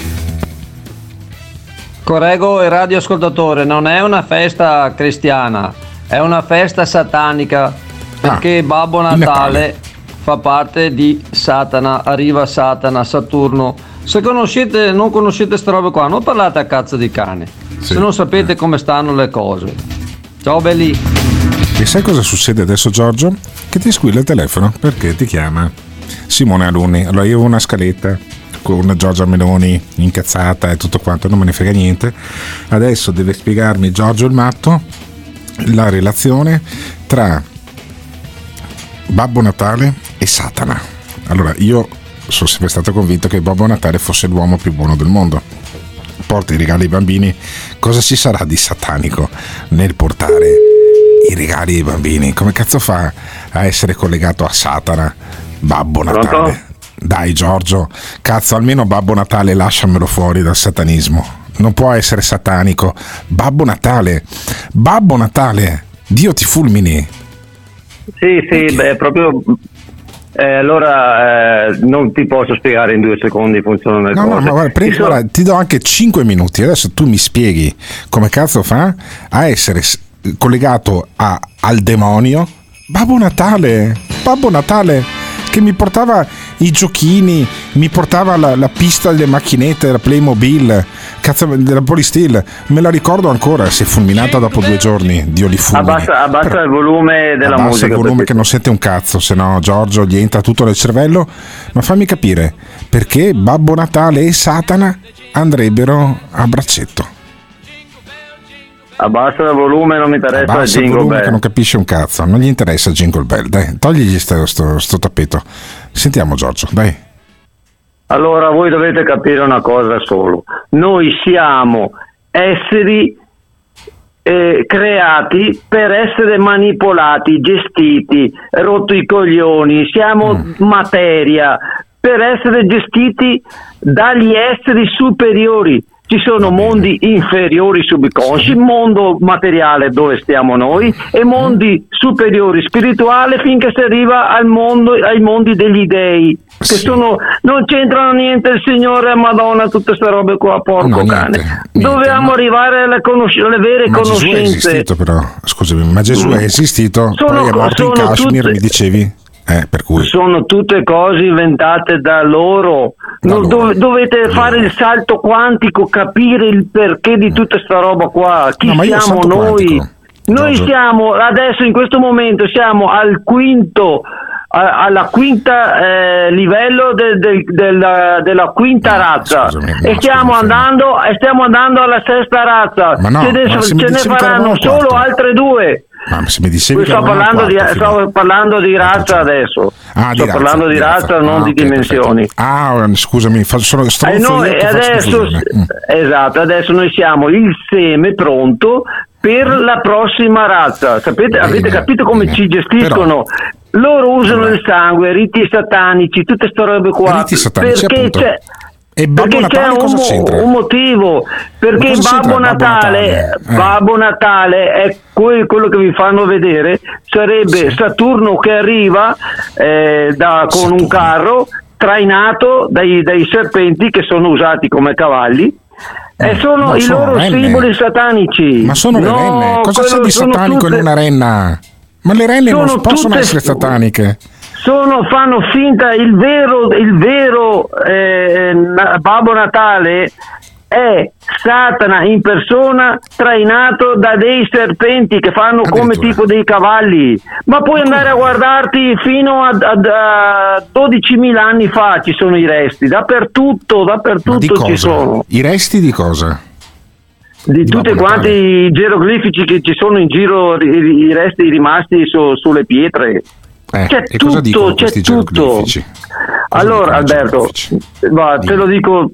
Correggo il radioascoltatore, non è una festa cristiana, è una festa satanica, perché Babbo Natale fa parte di Satana, arriva Satana, Saturno. Se non conoscete ste robe qua, non parlate a cazzo di cane. Sì. Se non sapete come stanno le cose. Ciao belli. E sai cosa succede adesso, Giorgio? Che ti squilla il telefono perché ti chiama Simone Alunni. Allora io avevo una scaletta con Giorgia Meloni incazzata e tutto quanto, non me ne frega niente. Adesso deve spiegarmi Giorgio il matto la relazione tra Babbo Natale e Satana. Allora io sono sempre stato convinto che Babbo Natale fosse l'uomo più buono del mondo, porta i regali ai bambini. Cosa ci sarà di satanico nel portare i regali ai bambini? Come cazzo fa a essere collegato a Satana Babbo Natale? Pronto? Dai Giorgio, cazzo, almeno Babbo Natale lasciamelo fuori dal satanismo, non può essere satanico. Babbo Natale, Dio ti fulmini. Sì, beh, proprio allora non ti posso spiegare in 2 secondi funzionano le cose. No, ma guarda, ti do anche 5 minuti. Adesso tu mi spieghi come cazzo fa a essere collegato al demonio. Babbo Natale che mi portava i giochini, mi portava la pista delle macchinette della Playmobil, cazzo, della Polysteel, me la ricordo ancora. Si è fulminata dopo 2 giorni, Dio li fulmini. Abbassa il volume della musica. Abbassa il volume che non sente un cazzo, se no Giorgio gli entra tutto nel cervello. Ma fammi capire, perché Babbo Natale e Satana andrebbero a braccetto? Abbassa il volume, non mi interessa il Abbassa il jingle volume bell. che non capisce un cazzo, non gli interessa il jingle bell, dai, togligli sto tappeto. Sentiamo Giorgio, dai. Allora voi dovete capire una cosa solo, noi siamo esseri creati per essere manipolati, gestiti, rotto i coglioni, siamo materia per essere gestiti dagli esseri superiori. Ci sono mondi inferiori subconsci, mondo materiale dove stiamo noi e mondi superiori spirituali finché si arriva ai mondi degli dei, che non c'entrano niente il Signore, Madonna, tutte queste robe qua, porco cane. Dovevamo arrivare alle vere conoscenze. Gesù è esistito però, scusami, ma Gesù è esistito, poi è morto in Kashmir, mi dicevi? Per cui sono tutte cose inventate da loro. Dovete fare il salto quantico, capire il perché di tutta sta roba qua. Chi siamo noi? Noi siamo adesso in questo momento siamo al alla quinta livello della quinta razza. E stiamo andando alla sesta razza. Ce ne faranno solo altre 2. Ma se mi dicevi sto parlando di razza adesso. Sto parlando di razza, non di dimensioni. Scusami, sono stronzo io che adesso, esatto, adesso noi siamo il seme pronto per la prossima razza. Avete capito come ci gestiscono? Loro usano il sangue, riti satanici, tutte ste robe qua. Riti satanici, perché appunto. c'è, E Babbo Natale cosa c'entra? Un motivo, perché Babbo Natale è quello che vi fanno vedere, sarebbe Saturno che arriva con un carro trainato dai serpenti che sono usati come cavalli. E sono i loro simboli satanici. Ma sono le renne. Cosa c'è di satanico in una renna? Ma le renne non possono essere sataniche. Fanno finta, il vero Babbo Natale è Satana in persona, trainato da dei serpenti che fanno come tipo dei cavalli. Ma puoi andare a guardarti fino a 12.000 anni fa, ci sono i resti dappertutto ci sono. I resti di cosa? Di tutti quanti i geroglifici che ci sono in giro, i resti rimasti sulle pietre. C'è tutto, c'è tutto. Allora Alberto, te lo dico,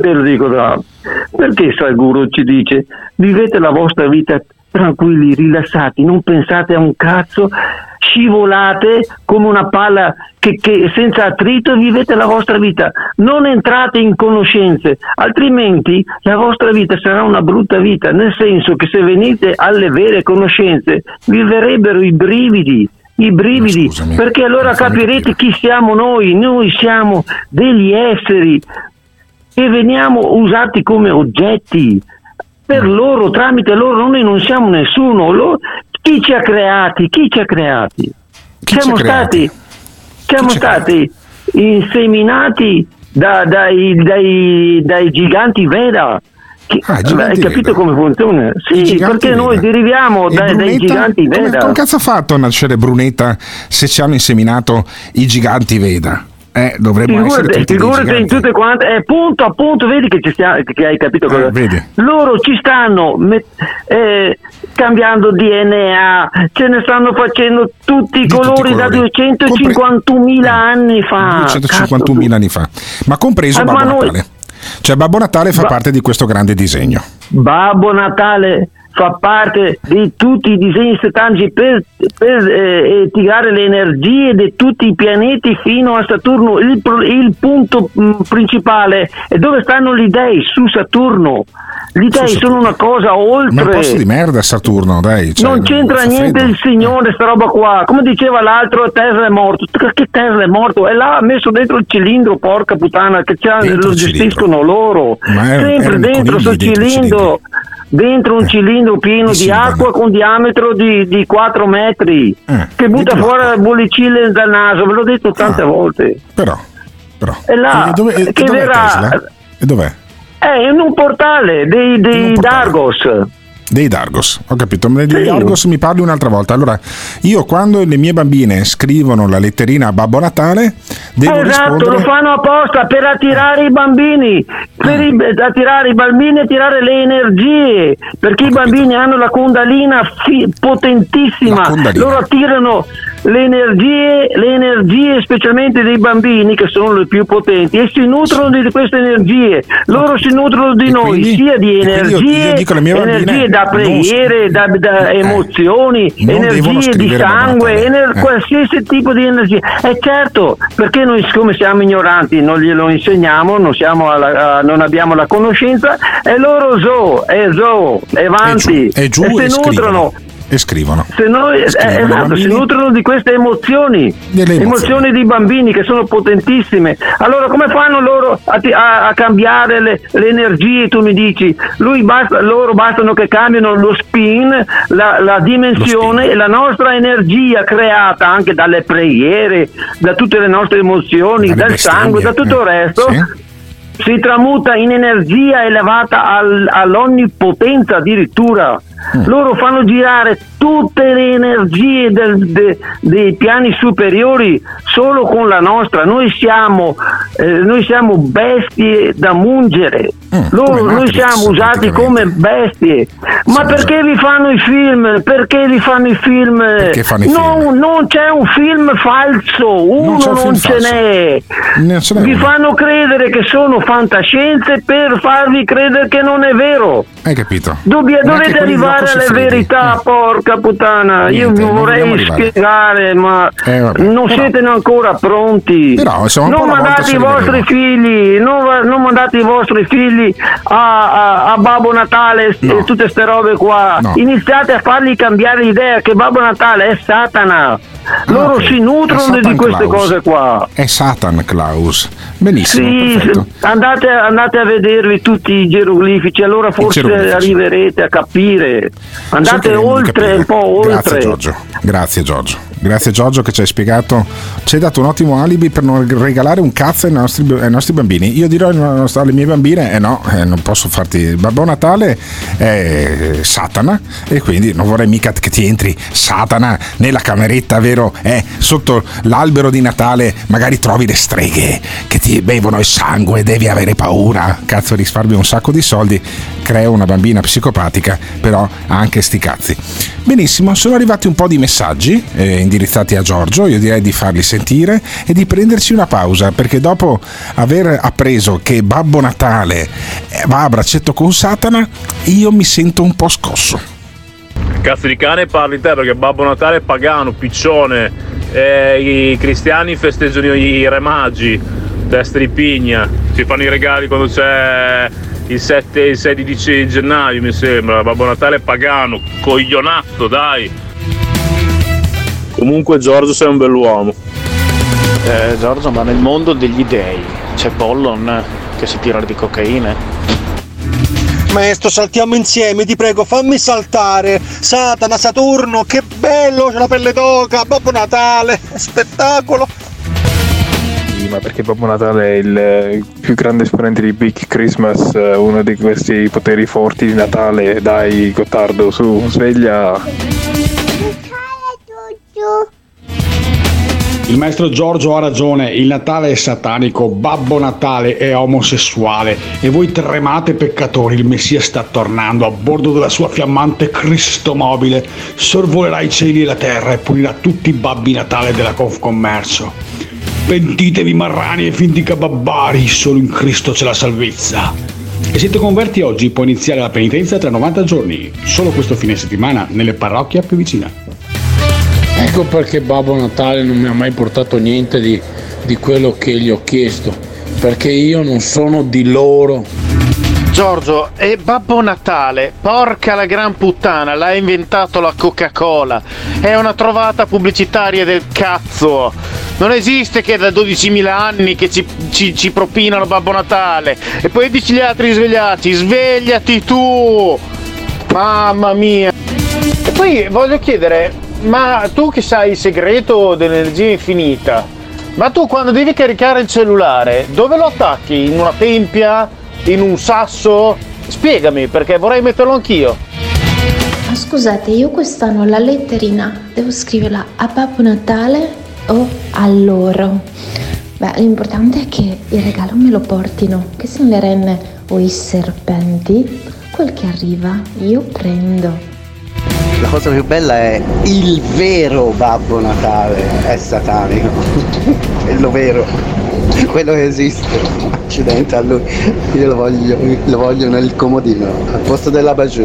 perché Sadhguru ci dice: vivete la vostra vita tranquilli, rilassati, non pensate a un cazzo, scivolate come una palla che senza attrito, vivete la vostra vita, non entrate in conoscenze, altrimenti la vostra vita sarà una brutta vita, nel senso che se venite alle vere conoscenze vi verrebbero i brividi, perché allora capirete chi siamo noi siamo degli esseri che veniamo usati come oggetti per loro, tramite loro noi non siamo nessuno. Chi ci ha creati? Siamo stati inseminati dai giganti Veda. Hai capito come funziona? Sì, perché noi deriviamo dai giganti Veda. Come cazzo ha fatto a nascere Brunetta se ci hanno inseminato i giganti Veda? Dovremmo essere tutti in tutte quante, appunto, vedi che hai capito cosa. Vedi. Loro ci stanno cambiando DNA, ce ne stanno facendo tutti i colori da 251.000 anni fa. 251.000 anni fa, ma compreso Babbo Natale. Cioè Babbo Natale fa parte di questo grande disegno. Babbo Natale fa parte di tutti i disegni satanici per tirare le energie di tutti i pianeti fino a Saturno. Il punto principale è dove stanno gli dei, su Saturno. Gli dei sono una cosa oltre. Ma è un posto di merda Saturno, dai. Cioè, non c'entra niente freddo. Il Signore, sta roba qua. Come diceva l'altro, Tesla è morto. Che Tesla è morto? E là ha messo dentro il cilindro, porca puttana, che lo gestiscono loro. Sempre dentro sto cilindro. Dentro un cilindro pieno di acqua con diametro di 4 metri che butta fuori bollicine dal naso, ve l'ho detto tante volte. Però. E là dov'è Tesla? E dov'è? È in un portale dei Dargos. Dei Dargos, ho capito. Dei Dargos mi parli un'altra volta. Allora, io quando le mie bambine scrivono la letterina a Babbo Natale devo rispondere... lo fanno apposta per attirare i bambini, attirare i bambini e tirare le energie, perché i bambini hanno la Kundalina potentissima. Loro attirano le energie specialmente dei bambini, che sono le più potenti, e si nutrono di queste energie. Loro si nutrono di noi, sia di energie, energie da preghiere, da emozioni, energie di sangue, qualsiasi tipo di energia. E certo, perché noi, siccome siamo ignoranti, non glielo insegniamo, non abbiamo la conoscenza, e loro e avanti, e si nutrono. E scrivono. Si nutrono di queste emozioni di bambini che sono potentissime. Allora come fanno loro a cambiare le energie? Tu mi dici, loro bastano che cambiano lo spin, la dimensione, e la nostra energia creata anche dalle preghiere, da tutte le nostre emozioni, dal sangue, da tutto il resto. Si tramuta in energia elevata all'onnipotenza addirittura. Loro fanno girare tutte le energie dei piani superiori solo con la nostra. Noi siamo noi siamo bestie da mungere. Noi siamo usati come bestie. Ma perché vi fanno i film? Perché vi fanno i film? Non c'è un film falso, non ce n'è. Vi fanno credere che sono fantascienze per farvi credere che non è vero. Hai capito? Dovete arrivare alle verità, porca puttana. Io vi vorrei spiegare, ma non siete ancora pronti. Non mandate i vostri figli, non mandate i vostri figli a Babbo Natale e tutte ste robe qua. Iniziate a fargli cambiare idea che Babbo Natale è Satana. Loro si nutrono di queste cose qua. È Satan Claus. Benissimo, sì, andate a vedervi tutti i geroglifici, allora forse arriverete a capire. Andate oltre, un po' oltre. Grazie Giorgio che ci hai spiegato, ci hai dato un ottimo alibi per non regalare un cazzo ai nostri bambini. Io dirò alle mie bambine non posso farti il Babbo Natale, è Satana, e quindi non vorrei mica che ti entri Satana nella cameretta, vero? Sotto l'albero di Natale magari trovi le streghe che ti bevono il sangue, devi avere paura. Cazzo, risparmio un sacco di soldi, creo una bambina psicopatica, però anche sti cazzi. Benissimo, sono arrivati un po' di messaggi indirizzati a Giorgio. Io direi di farli sentire e di prenderci una pausa, perché dopo aver appreso che Babbo Natale va a braccetto con Satana, io mi sento un po' scosso. Cazzo di cane parli te, perché Babbo Natale è pagano, piccione, i cristiani festeggiano i Re Magi, teste di pigna, si fanno i regali quando c'è il 7 e il 16 gennaio, mi sembra. Babbo Natale è pagano, coglionazzo, dai. Comunque Giorgio sei un bell'uomo. Giorgio, ma nel mondo degli dei c'è Pollon che si tira di cocaina? Maestro, saltiamo insieme, ti prego, fammi saltare. Satana, Saturno, che bello, c'è la pelle d'oca, Babbo Natale, spettacolo. Sì, ma perché Babbo Natale è il più grande esponente di Big Christmas, uno di questi poteri forti di Natale. Dai, Gottardo, su, sveglia. Il maestro Giorgio ha ragione, il Natale è satanico, Babbo Natale è omosessuale e voi tremate peccatori, il Messia sta tornando a bordo della sua fiammante Cristomobile, sorvolerà i cieli e la terra e punirà tutti i Babbi Natale della Confcommercio. Pentitevi marrani e finti cababbari, solo in Cristo c'è la salvezza. E siete converti oggi, può iniziare la penitenza tra 90 giorni, solo questo fine settimana nelle parrocchie più vicine. Ecco perché Babbo Natale non mi ha mai portato niente di quello che gli ho chiesto, perché io non sono di loro. Giorgio, è Babbo Natale, porca la gran puttana, l'ha inventato la Coca-Cola, è una trovata pubblicitaria del cazzo. Non esiste che da 12.000 anni che ci propinano Babbo Natale e poi dici gli altri svegliati, svegliati tu, mamma mia. E poi voglio chiedere, ma tu che sai il segreto dell'energia infinita, ma tu quando devi caricare il cellulare dove lo attacchi? In una tempia? In un sasso? Spiegami, perché vorrei metterlo anch'io. Ma scusate, io quest'anno la letterina devo scriverla a Babbo Natale o a loro? Beh, l'importante è che il regalo me lo portino, che siano le renne o i serpenti, quel che arriva io prendo. La cosa più bella è il vero Babbo Natale, è satanico, è lo vero, quello che esiste. Accidenti a lui, io lo voglio nel comodino, al posto della bagiù.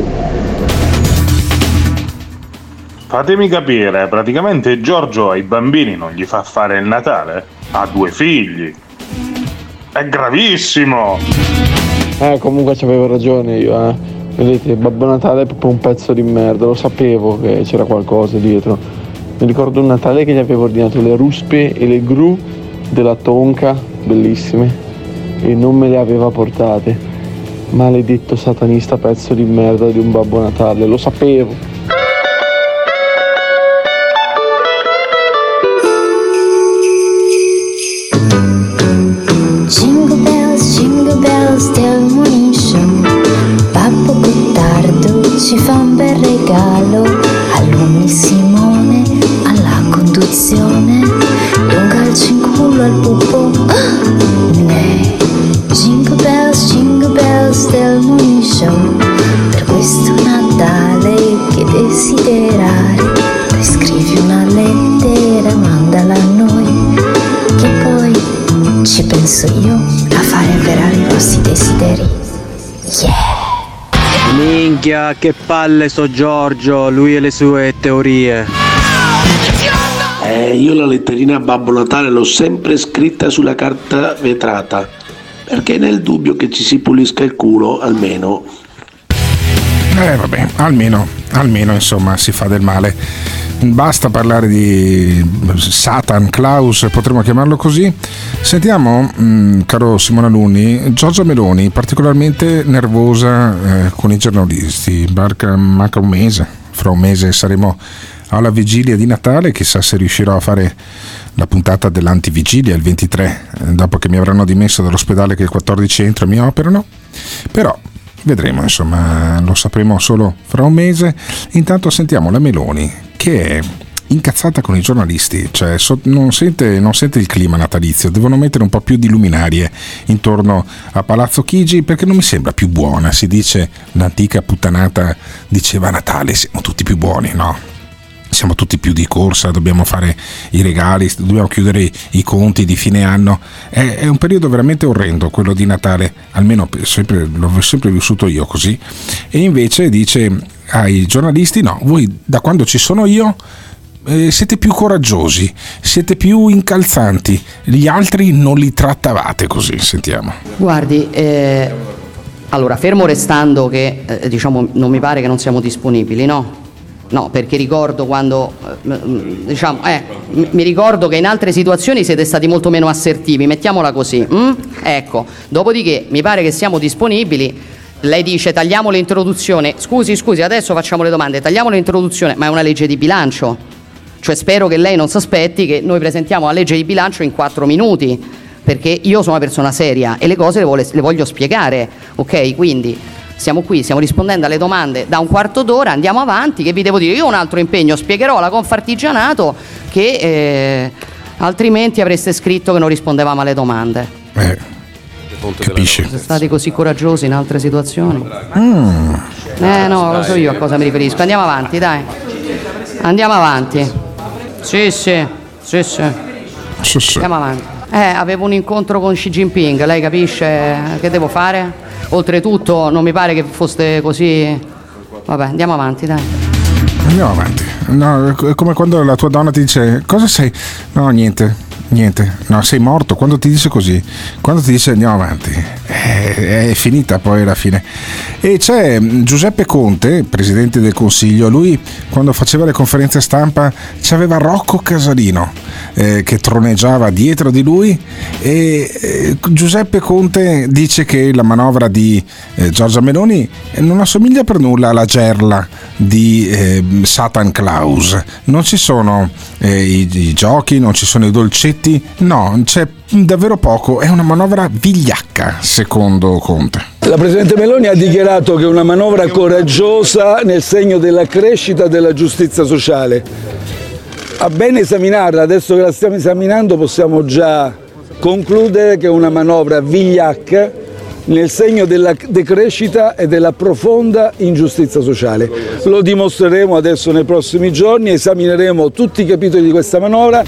Fatemi capire, praticamente Giorgio ai bambini non gli fa fare il Natale? Ha 2 figli. È gravissimo! Comunque c'avevo ragione io, Vedete, Babbo Natale è proprio un pezzo di merda, lo sapevo che c'era qualcosa dietro. Mi ricordo un Natale che gli avevo ordinato le ruspe e le gru della tonka, bellissime, e non me le aveva portate. Maledetto satanista pezzo di merda di un Babbo Natale, lo sapevo. Jingle bells, del morning show. Babbo Gottardo ci fa un bel regalo, all'uomo Simone alla conduzione e un calcio in culo al pupo. desiderare. Tu scrivi una lettera, mandala a noi, che poi ci penso io a fare avverare i vostri desideri. Yeah! Minchia, che palle sto Giorgio, lui e le sue teorie. Io la letterina a Babbo Natale l'ho sempre scritta sulla carta vetrata, perché nel dubbio che ci si pulisca il culo almeno. Vabbè, almeno insomma si fa del male. Basta parlare di Satan Claus, potremmo chiamarlo così. Sentiamo, caro Simone Alunni, Giorgia Meloni particolarmente nervosa con i giornalisti. Manca un mese, fra un mese saremo alla vigilia di Natale, chissà se riuscirò a fare la puntata dell'antivigilia il 23, dopo che mi avranno dimesso dall'ospedale che il 14 entro e mi operano, però vedremo, insomma, lo sapremo solo fra un mese. Intanto sentiamo la Meloni che è incazzata con i giornalisti, cioè non sente il clima natalizio, devono mettere un po' più di luminarie intorno a Palazzo Chigi perché non mi sembra più buona. Si dice, l'antica puttanata diceva a Natale siamo tutti più buoni, no? Siamo tutti più di corsa, dobbiamo fare i regali, dobbiamo chiudere i conti di fine anno. È un periodo veramente orrendo quello di Natale, almeno l'ho sempre vissuto io così. E invece dice ai giornalisti: no, voi da quando ci sono io siete più coraggiosi, siete più incalzanti, gli altri non li trattavate così. Sentiamo. Guardi, allora, fermo restando che diciamo non mi pare che non siamo disponibili, no? No, perché ricordo quando, mi ricordo che in altre situazioni siete stati molto meno assertivi, mettiamola così. Ecco, dopodiché mi pare che siamo disponibili. Lei dice tagliamo l'introduzione. Scusi, adesso facciamo le domande. Tagliamo l'introduzione, ma è una legge di bilancio. Cioè spero che lei non si aspetti che noi presentiamo la legge di bilancio in 4 minuti, perché io sono una persona seria e le cose le voglio spiegare, ok? Quindi siamo qui, stiamo rispondendo alle domande da un quarto d'ora, andiamo avanti, che vi devo dire? Io ho un altro impegno, spiegherò alla Confartigianato che altrimenti avreste scritto che non rispondevamo alle domande. Capisci? Siete stati così coraggiosi in altre situazioni? No, lo so io a cosa mi riferisco. Andiamo avanti, dai. Andiamo avanti. Sì. Andiamo avanti. Avevo un incontro con Xi Jinping, lei capisce che devo fare? Oltretutto non mi pare che foste così. Vabbè, andiamo avanti, dai. Andiamo avanti. No, è come quando la tua donna ti dice: cosa sei? No, niente. No, sei morto. Quando ti dice così, quando ti dice andiamo avanti, è finita poi alla fine. E c'è Giuseppe Conte, presidente del Consiglio. Lui quando faceva le conferenze stampa c'aveva Rocco Casalino che troneggiava dietro di lui, e Giuseppe Conte dice che la manovra di Giorgia Meloni non assomiglia per nulla alla gerla di Satan Claus. Non ci sono i giochi, non ci sono i dolcetti, no, c'è davvero poco. È una manovra vigliacca, secondo Conte. La Presidente Meloni ha dichiarato che è una manovra coraggiosa nel segno della crescita della giustizia sociale. A bene esaminarla, adesso che la stiamo esaminando possiamo già concludere che è una manovra vigliacca nel segno della decrescita e della profonda ingiustizia sociale. Lo dimostreremo adesso nei prossimi giorni, esamineremo tutti i capitoli di questa manovra.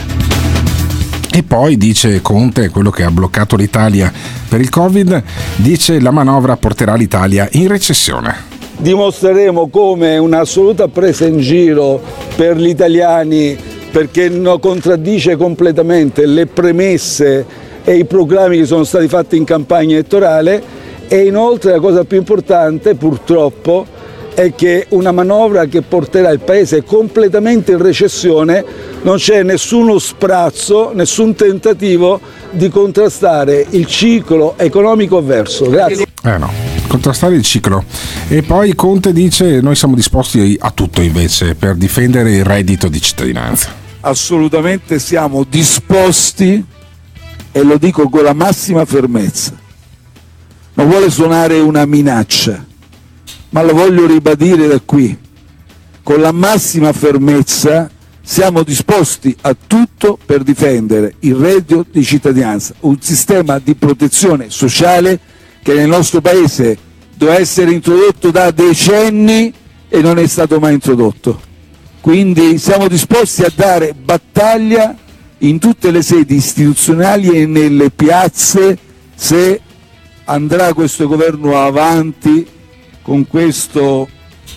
E poi dice Conte, quello che ha bloccato l'Italia per il Covid, dice la manovra porterà l'Italia in recessione. Dimostreremo come è un'assoluta presa in giro per gli italiani, perché contraddice completamente le premesse e i proclami che sono stati fatti in campagna elettorale. E inoltre la cosa più importante purtroppo è che una manovra che porterà il Paese completamente in recessione. Non c'è nessuno sprazzo, nessun tentativo di contrastare il ciclo economico avverso. Grazie. No, contrastare il ciclo. E poi Conte dice noi siamo disposti a tutto invece per difendere il reddito di cittadinanza. Assolutamente siamo disposti, e lo dico con la massima fermezza. Non vuole suonare una minaccia, ma lo voglio ribadire da qui. Con la massima fermezza siamo disposti a tutto per difendere il reddito di cittadinanza, un sistema di protezione sociale che nel nostro Paese doveva essere introdotto da decenni e non è stato mai introdotto. Quindi siamo disposti a dare battaglia in tutte le sedi istituzionali e nelle piazze se andrà questo governo avanti con questo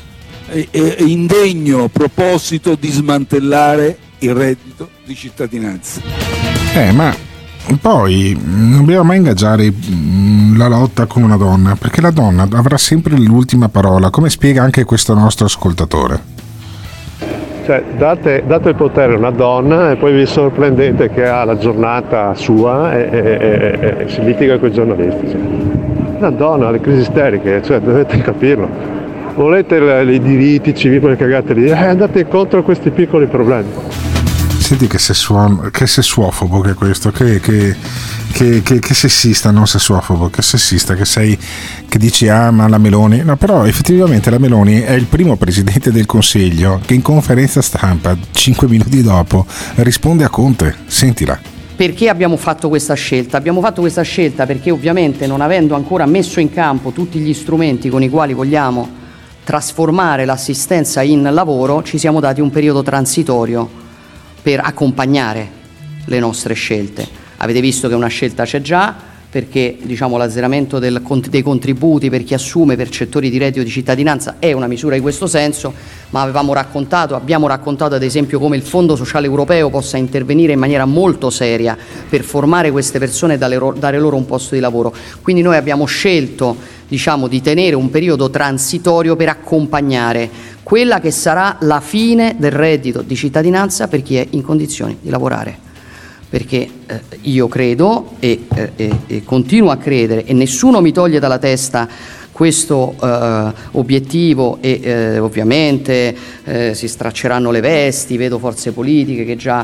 indegno proposito di smantellare il reddito di cittadinanza. Ma poi non dobbiamo mai ingaggiare la lotta con una donna, perché la donna avrà sempre l'ultima parola, come spiega anche questo nostro ascoltatore. Cioè, date il potere a una donna e poi vi sorprendete che ha la giornata sua e si litiga con i giornalisti. Cioè. Una donna ha le crisi isteriche, cioè, dovete capirlo. Volete i diritti civili, quelle cagate lì, andate incontro a questi piccoli problemi. Senti che sessuofobo che è questo, che sessista, non sessuofobo, che sessista, che dici ma la Meloni, no, però effettivamente la Meloni è il primo presidente del Consiglio che in conferenza stampa 5 minuti dopo risponde a Conte, sentila. Perché abbiamo fatto questa scelta? Abbiamo fatto questa scelta perché ovviamente, non avendo ancora messo in campo tutti gli strumenti con i quali vogliamo trasformare l'assistenza in lavoro, ci siamo dati un periodo transitorio per accompagnare le nostre scelte. Avete visto che una scelta c'è già, perché l'azzeramento dei contributi per chi assume percettori di reddito di cittadinanza è una misura di questo senso, ma abbiamo raccontato ad esempio come il Fondo Sociale Europeo possa intervenire in maniera molto seria per formare queste persone e dare loro un posto di lavoro. Quindi noi abbiamo scelto di tenere un periodo transitorio per accompagnare quella che sarà la fine del reddito di cittadinanza per chi è in condizioni di lavorare. Perché io credo e continuo a credere, e nessuno mi toglie dalla testa questo obiettivo, e ovviamente si stracceranno le vesti, vedo forze politiche che già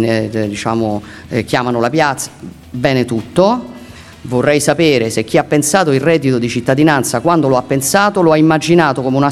chiamano la piazza, bene tutto. Vorrei sapere se chi ha pensato il reddito di cittadinanza, quando lo ha pensato, lo ha immaginato come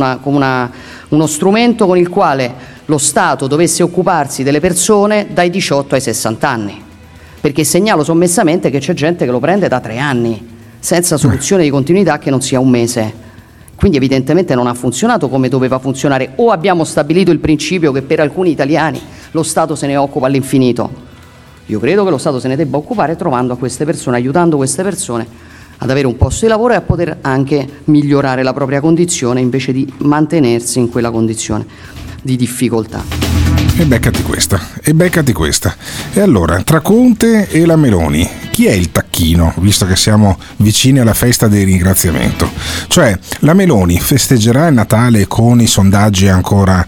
uno strumento con il quale lo Stato dovesse occuparsi delle persone dai 18 ai 60 anni. Perché segnalo sommessamente che c'è gente che lo prende da 3 anni, senza soluzione di continuità che non sia un mese. Quindi evidentemente non ha funzionato come doveva funzionare, o abbiamo stabilito il principio che per alcuni italiani lo Stato se ne occupa all'infinito. Io credo che lo Stato se ne debba occupare trovando a queste persone, aiutando queste persone ad avere un posto di lavoro e a poter anche migliorare la propria condizione invece di mantenersi in quella condizione di difficoltà. E beccati questa. E allora, tra Conte e la Meloni, chi è il tacchino, visto che siamo vicini alla festa del ringraziamento? Cioè, la Meloni festeggerà il Natale con i sondaggi ancora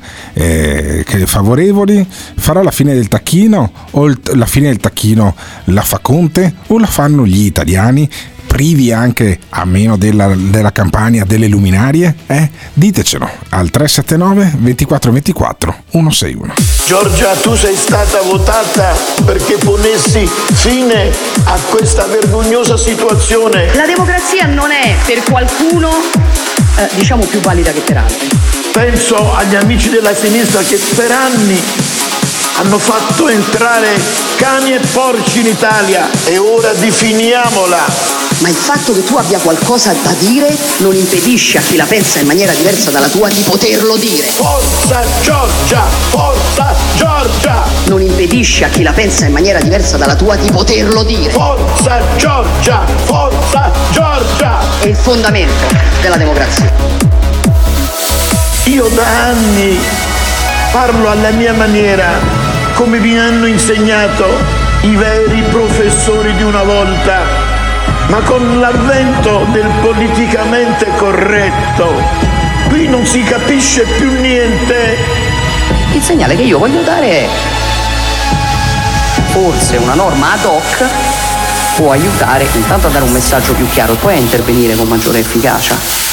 favorevoli? Farà la fine del tacchino? O la fine del tacchino la fa Conte? O la fanno gli italiani? Privi anche a meno della campagna delle luminarie? Ditecelo al 379 24 24 161. Giorgia, tu sei stata votata perché ponessi fine a questa vergognosa situazione. La democrazia non è per qualcuno più valida che per altri. Penso agli amici della sinistra che per anni hanno fatto entrare cani e porci in Italia e ora definiamola. Ma il fatto che tu abbia qualcosa da dire non impedisce a chi la pensa in maniera diversa dalla tua di poterlo dire. Forza Giorgia! Forza Giorgia! Non impedisce a chi la pensa in maniera diversa dalla tua di poterlo dire. Forza Giorgia! Forza Giorgia! È il fondamento della democrazia. Io da anni parlo alla mia maniera, come mi hanno insegnato i veri professori di una volta. Ma con l'avvento del politicamente corretto, qui non si capisce più niente. Il segnale che io voglio dare è: forse una norma ad hoc può aiutare intanto a dare un messaggio più chiaro e poi a intervenire con maggiore efficacia.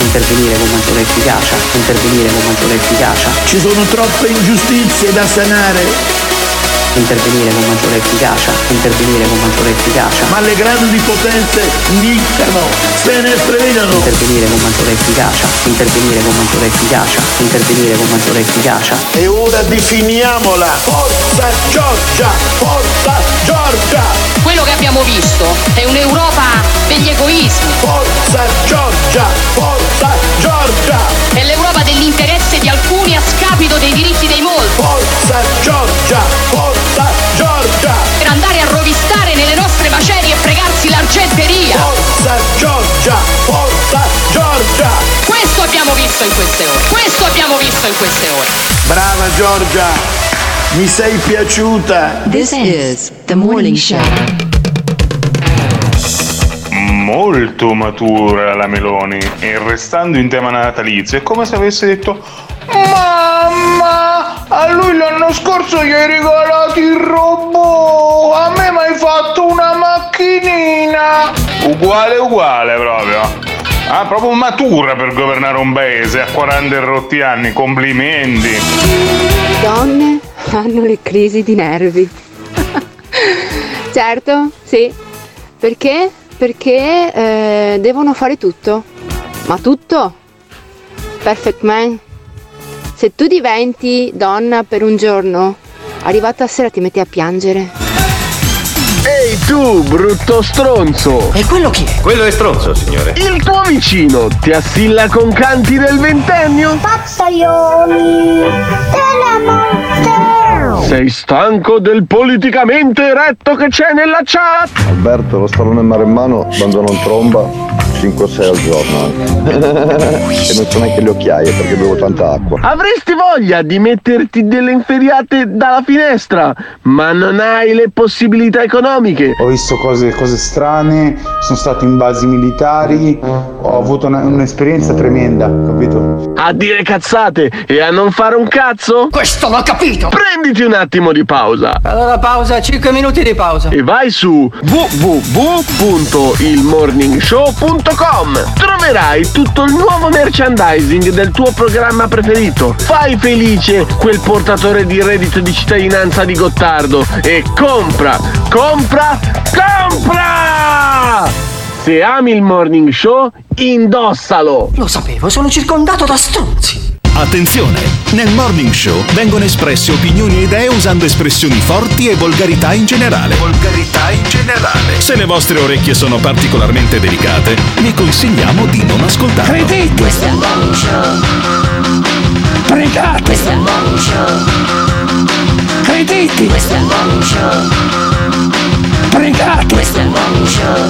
Ci sono troppe ingiustizie da sanare. Intervenire con maggiore efficacia. Ma le grandi potenze diccano, se ne prevedano. Intervenire con maggiore efficacia. E ora definiamola. Forza Giorgia! Forza Giorgia! Quello che abbiamo visto è un'Europa degli egoismi. Forza Giorgia! Forza Giorgia! È l'Europa dell'interesse di alcuni a scapito dei diritti dei molti. abbiamo visto in queste ore. Questo abbiamo visto in queste ore. Brava Giorgia, mi sei piaciuta. This is the morning show. Molto matura la Meloni, e restando in tema natalizio è come se avesse detto: mamma, a lui l'anno scorso gli hai regalato il robot, a me mi hai fatto una macchinina. Uguale proprio. Ah, proprio matura per governare un paese a 40 rotti anni, complimenti. Le donne hanno le crisi di nervi. Certo, sì. Perché? Perché devono fare tutto. Ma tutto? Perfect man. Se tu diventi donna per un giorno, arrivata a sera ti metti a piangere. Ehi tu, brutto stronzo! E quello chi è? Quello è stronzo, signore. Il tuo vicino ti assilla con canti del ventennio? Pazzaioli della morte! Sei stanco del politicamente eretto che c'è nella chat? Alberto, lo stallone maremmano abbandono tromba 5-6 al giorno e non so neanche le occhiaie perché bevo tanta acqua. Avresti voglia di metterti delle inferriate dalla finestra, ma non hai le possibilità economiche. Ho visto cose strane, sono stato in basi militari, ho avuto un'esperienza tremenda, capito? A dire cazzate e a non fare un cazzo? Questo l'ho capito! Prenditi un attimo di pausa. Allora pausa, 5 minuti di pausa. E vai su www.ilmorningshow.com. Troverai tutto il nuovo merchandising del tuo programma preferito. Fai felice quel portatore di reddito di cittadinanza di Gottardo e compra! Se ami il Morning Show, indossalo! Lo sapevo, sono circondato da stronzi. Attenzione! Nel Morning Show vengono espresse opinioni e idee usando espressioni forti e volgarità in generale. Se le vostre orecchie sono particolarmente delicate, vi consigliamo di non ascoltarlo. Credete! Questo è il Morning Show. Pregate! Questo è il Morning Show. Credete! Questo è il Morning Show. Pregate! Questo è il Morning Show.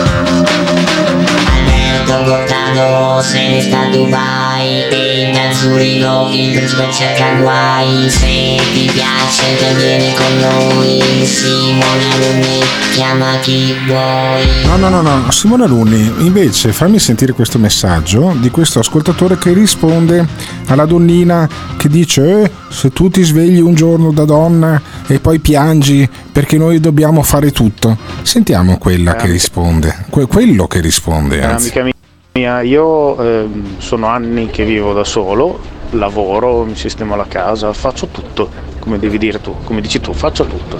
Gottardo se ne sta a Dubai e da Zurigo il principe cerca guai. Se ti piace te vieni con noi, Simone Alunni chiama chi vuoi. No, Simone Alunni, invece fammi sentire questo messaggio di questo ascoltatore che risponde alla donnina che dice se tu ti svegli un giorno da donna e poi piangi perché noi dobbiamo fare tutto. Sentiamo quella che risponde, quello che risponde, anzi. Amica mia, io sono anni che vivo da solo, lavoro, mi sistemo la casa, faccio tutto, come devi dire tu, come dici tu, faccio tutto.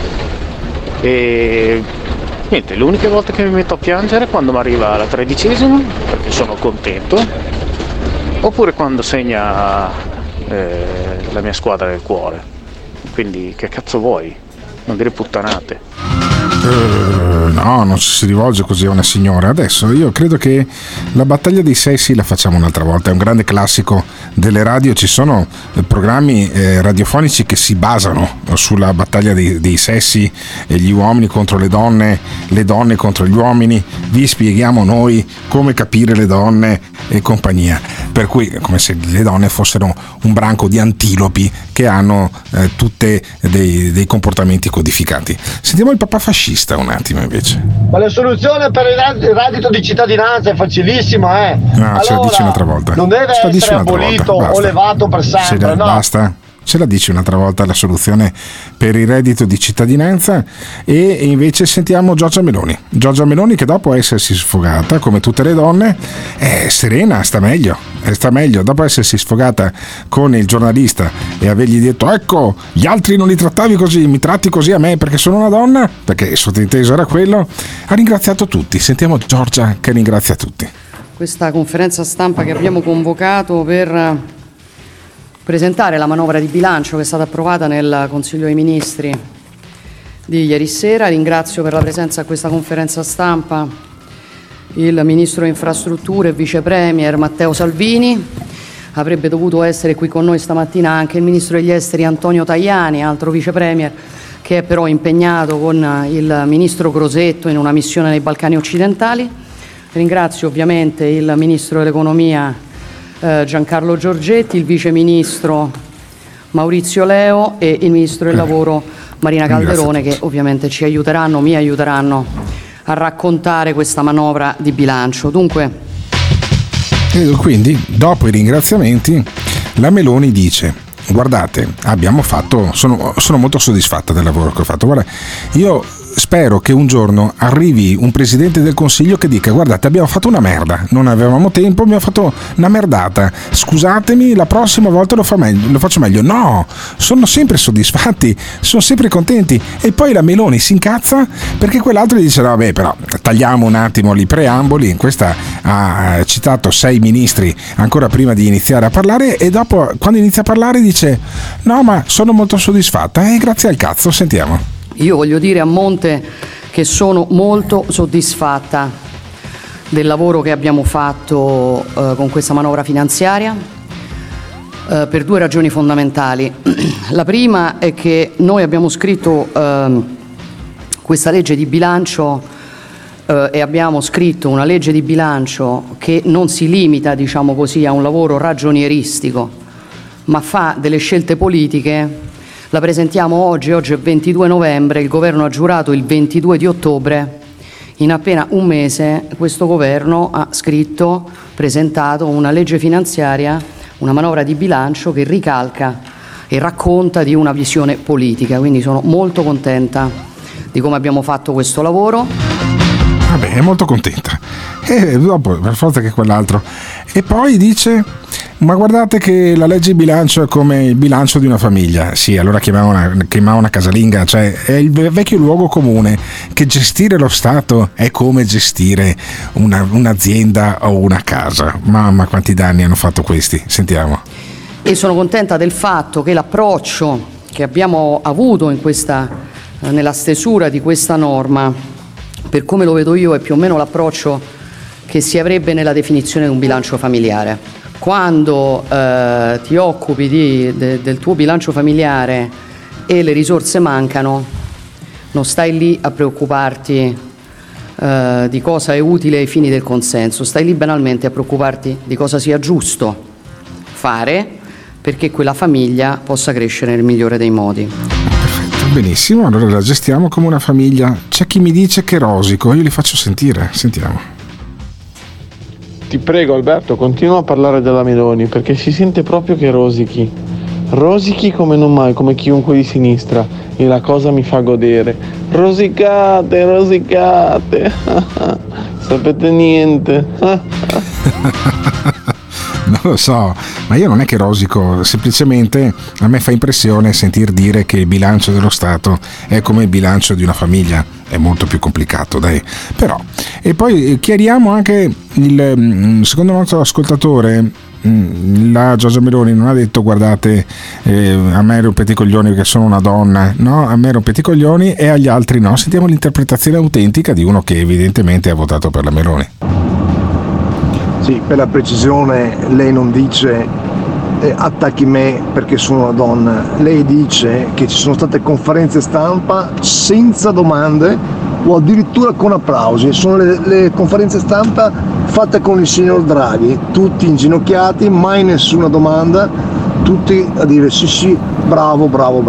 E niente, l'unica volta che mi metto a piangere è quando mi arriva la 13ª, perché sono contento, oppure quando segna la mia squadra del cuore. Quindi che cazzo vuoi? Non dire puttanate. No, non si rivolge così a una signora. Adesso io credo che la battaglia dei sessi la facciamo un'altra volta. È un grande classico delle radio. Ci sono programmi radiofonici che si basano sulla battaglia dei sessi, gli uomini contro le donne contro gli uomini. Vi spieghiamo noi come capire le donne e compagnia. Per cui come se le donne fossero un branco di antilopi che hanno tutte dei comportamenti codificati. Sentiamo il papà fascista un attimo invece. Ma la soluzione per il reddito di cittadinanza è facilissima, No, allora, ce la dici un'altra volta. Non deve essere abolito o levato per sempre, no? Basta. Ce la dici un'altra volta la soluzione per il reddito di cittadinanza. E invece sentiamo Giorgia Meloni che dopo essersi sfogata come tutte le donne è serena, sta meglio, dopo essersi sfogata con il giornalista e avergli detto ecco gli altri non li trattavi così, mi tratti così a me perché sono una donna, perché il sottinteso era quello. Ha ringraziato tutti. Sentiamo Giorgia che ringrazia tutti. Questa conferenza stampa che abbiamo convocato per presentare la manovra di bilancio che è stata approvata nel Consiglio dei Ministri di ieri sera. Ringrazio per la presenza a questa conferenza stampa il Ministro delle Infrastrutture e Vice Premier Matteo Salvini. Avrebbe dovuto essere qui con noi stamattina anche il Ministro degli Esteri Antonio Tajani, altro Vice Premier, che è però impegnato con il Ministro Crosetto in una missione nei Balcani occidentali. Ringrazio ovviamente il Ministro dell'Economia Giancarlo Giorgetti, il vice ministro Maurizio Leo e il ministro del lavoro Marina Calderone, che ovviamente mi aiuteranno a raccontare questa manovra di bilancio. Dunque, quindi dopo i ringraziamenti la Meloni dice: guardate, sono molto soddisfatta del lavoro che ho fatto. Guarda, io spero che un giorno arrivi un presidente del Consiglio che dica: guardate, abbiamo fatto una merda, non avevamo tempo, abbiamo fatto una merdata, scusatemi, la prossima volta lo faccio meglio. No, sono sempre soddisfatti, sono sempre contenti. E poi la Meloni si incazza perché quell'altro gli dice: no, vabbè, però tagliamo un attimo i preamboli. Questa ha citato 6 ministri ancora prima di iniziare a parlare, e dopo, quando inizia a parlare, dice: no, ma sono molto soddisfatta, e grazie al cazzo. Sentiamo. Io voglio dire a monte che sono molto soddisfatta del lavoro che abbiamo fatto con questa manovra finanziaria per 2 ragioni fondamentali. La prima è che noi abbiamo scritto questa legge di bilancio e abbiamo scritto una legge di bilancio che non si limita, diciamo così, a un lavoro ragionieristico, ma fa delle scelte politiche. La presentiamo oggi è 22 novembre, il governo ha giurato il 22 di ottobre, in appena un mese questo governo ha presentato una legge finanziaria, una manovra di bilancio che ricalca e racconta di una visione politica, quindi sono molto contenta di come abbiamo fatto questo lavoro. Vabbè, è molto contenta. E dopo, per forza che quell'altro. E poi dice: ma guardate che la legge di bilancio è come il bilancio di una famiglia. Sì, allora chiamava una casalinga, cioè è il vecchio luogo comune che gestire lo Stato è come gestire un'azienda o una casa. Mamma, quanti danni hanno fatto questi. Sentiamo. E sono contenta del fatto che l'approccio che abbiamo avuto nella stesura di questa norma, per come lo vedo io, è più o meno l'approccio che si avrebbe nella definizione di un bilancio familiare. Quando ti occupi del tuo bilancio familiare e le risorse mancano, non stai lì a preoccuparti di cosa è utile ai fini del consenso, stai lì banalmente a preoccuparti di cosa sia giusto fare perché quella famiglia possa crescere nel migliore dei modi. Perfetto, benissimo, allora la gestiamo come una famiglia. C'è chi mi dice che rosico, io li faccio sentire, sentiamo. Ti prego Alberto, continua a parlare della Meloni, perché si sente proprio che rosichi come non mai, come chiunque di sinistra, e la cosa mi fa godere. Rosicate, sapete niente. Non lo so, ma io non è che rosico, semplicemente a me fa impressione sentir dire che il bilancio dello Stato è come il bilancio di una famiglia. È molto più complicato, dai. Però, e poi chiariamo anche secondo il nostro ascoltatore, la Giorgia Meloni non ha detto: guardate, a me rompete i coglioni perché sono una donna. No, a me rompete i coglioni e agli altri no. Sentiamo l'interpretazione autentica di uno che evidentemente ha votato per la Meloni. Sì, per la precisione, lei non dice attacchi me perché sono una donna, lei dice che ci sono state conferenze stampa senza domande o addirittura con applausi. Sono le conferenze stampa fatte con il signor Draghi, tutti inginocchiati, mai nessuna domanda, tutti a dire sì, bravo.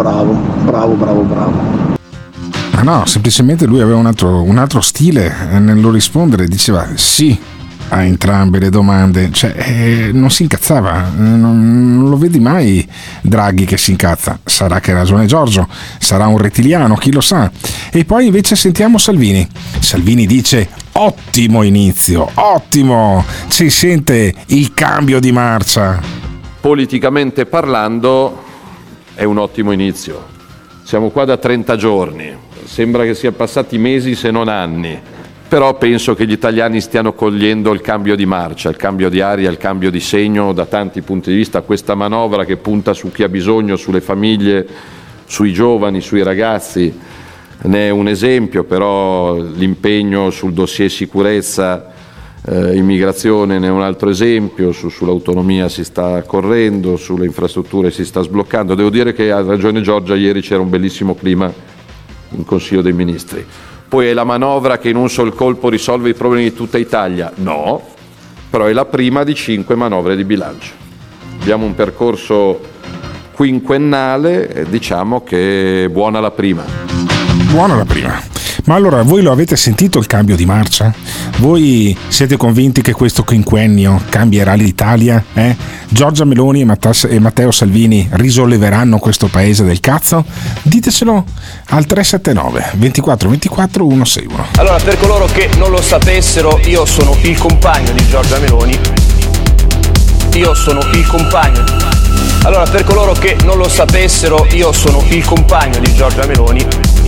Ma no, semplicemente lui aveva un altro stile nello rispondere, diceva sì a entrambe le domande, cioè non si incazzava, non lo vedi mai Draghi che si incazza. Sarà che ha ragione Giorgio, sarà un rettiliano, chi lo sa. E poi invece sentiamo Salvini dice: ottimo inizio, ottimo, si sente il cambio di marcia. Politicamente parlando è un ottimo inizio, siamo qua da 30 giorni, sembra che siano passati mesi se non anni. Però penso che gli italiani stiano cogliendo il cambio di marcia, il cambio di aria, il cambio di segno da tanti punti di vista. Questa manovra che punta su chi ha bisogno, sulle famiglie, sui giovani, sui ragazzi, ne è un esempio, però l'impegno sul dossier sicurezza, immigrazione ne è un altro esempio, sull'autonomia si sta correndo, sulle infrastrutture si sta sbloccando. Devo dire che ha ragione Giorgia, ieri c'era un bellissimo clima in Consiglio dei Ministri. Poi è la manovra che in un sol colpo risolve i problemi di tutta Italia? No, però è la prima di 5 manovre di bilancio. Abbiamo un percorso quinquennale e diciamo che è buona la prima. Buona la prima. Ma allora voi lo avete sentito il cambio di marcia? Voi siete convinti che questo quinquennio cambierà l'Italia? Giorgia Meloni e Matteo Salvini risolleveranno questo paese del cazzo? Ditecelo al 379 24 24 161. Allora, per coloro che non lo sapessero, io sono il compagno di Giorgia Meloni. Io sono il compagno. Allora, per coloro che non lo sapessero, io sono il compagno di Giorgia Meloni.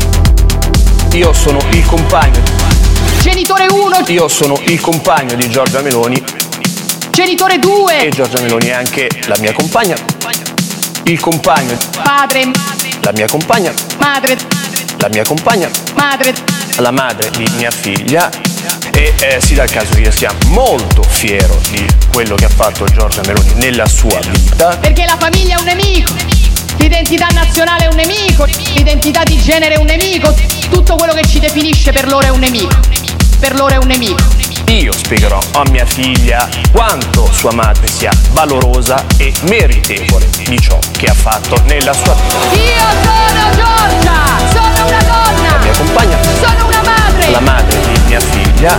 Io sono il compagno. Genitore 1. Io sono il compagno di Giorgia Meloni. Genitore 2. E Giorgia Meloni è anche la mia compagna. Il compagno. Padre. La mia compagna. Madre. La mia compagna. Madre. La madre di mia figlia. E si dà il caso che io sia molto fiero di quello che ha fatto Giorgia Meloni nella sua vita. Perché la famiglia è un nemico. L'identità nazionale è un nemico, l'identità di genere è un nemico, tutto quello che ci definisce per loro è un nemico. Per loro è un nemico. Io spiegherò a mia figlia quanto sua madre sia valorosa e meritevole di ciò che ha fatto nella sua vita. Io sono Giorgia, sono una donna. La mia compagna. Sono una madre. La madre di mia figlia,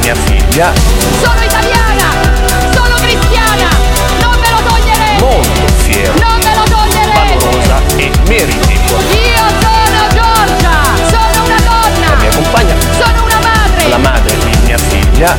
Sono italiana, sono cristiana, non me lo toglierete. Molto fiero. Non me lo toglierete. Valorosa e meritevole. Io sono Giorgia, sono una donna. La mia compagna. Sono una madre. La madre di mia figlia,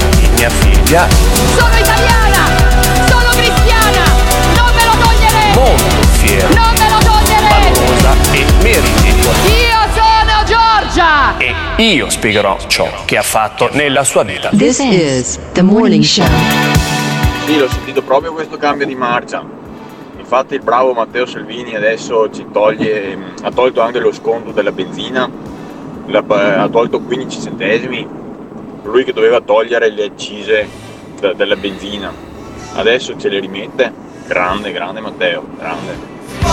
Sono italiana, sono cristiana, non me lo toglierete. Molto fiero. Non me lo toglierete. Valorosa e meritevole. Io sono Giorgia. E io spiegherò ciò che ha fatto nella sua vita. This is the morning show. Sì, l'ho sentito proprio questo cambio di marcia. Infatti il bravo Matteo Salvini adesso ha tolto anche lo sconto della benzina, ha tolto 15 centesimi, lui che doveva togliere le accise della benzina, adesso ce le rimette. Grande Matteo, grande.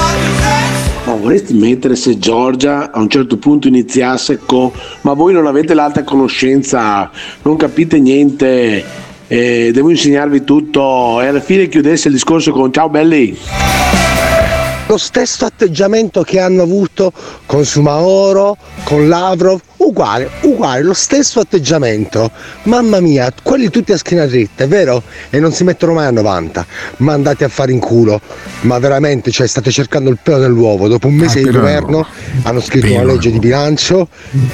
Ma vorresti mettere se Giorgia a un certo punto iniziasse con ma voi non avete l'alta conoscenza, non capite niente, devo insegnarvi tutto, e alla fine chiudesse il discorso con ciao belli. Lo stesso atteggiamento che hanno avuto con Soumahoro, con Lavrov, uguale, lo stesso atteggiamento. Mamma mia, quelli tutti a schiena dritta, è vero? E non si mettono mai a 90, ma andate a fare in culo. Ma veramente, cioè, state cercando il pelo nell'uovo. Dopo un mese di governo hanno scritto una legge di bilancio.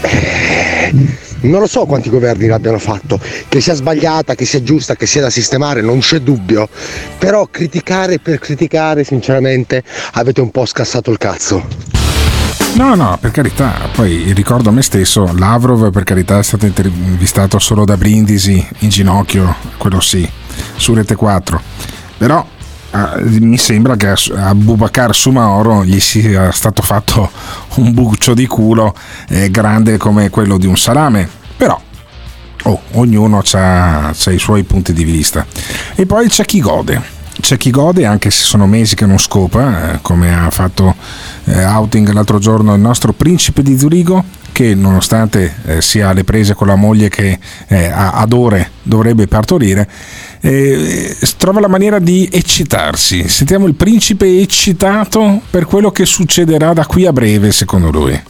Non lo so quanti governi l'abbiano fatto, che sia sbagliata, che sia giusta, che sia da sistemare, non c'è dubbio, però criticare per criticare sinceramente avete un po' scassato il cazzo. No, per carità, poi ricordo a me stesso, Lavrov per carità è stato intervistato solo da Brindisi in ginocchio, quello sì, su Rete 4, però mi sembra che a Boubacar Soumahoro gli sia stato fatto un buccio di culo grande come quello di un salame, però ognuno ha i suoi punti di vista. E poi c'è chi gode, anche se sono mesi che non scopa, come ha fatto outing l'altro giorno il nostro principe di Zurigo, che nonostante sia alle prese con la moglie che ad ore dovrebbe partorire, trova la maniera di eccitarsi. Sentiamo il principe eccitato per quello che succederà da qui a breve, secondo lui.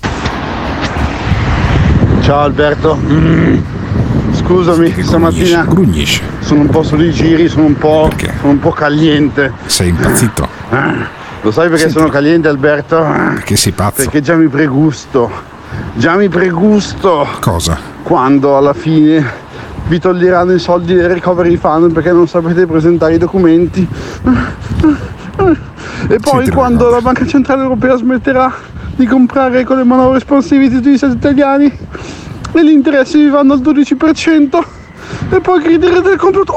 Ciao Alberto, scusami, stamattina grugnisce. Sono un po' sui giri, sono un po' caliente. Sei impazzito? Lo sai perché sono caliente, Alberto? Perché sei pazzo? Perché già mi pregusto. Cosa? Quando alla fine vi toglieranno i soldi del recovery fund perché non sapete presentare i documenti. E poi quando la Banca Centrale Europea smetterà di comprare con le manovre espansive i titoli italiani e gli interessi vi vanno al 12%, e poi griderete il complotto.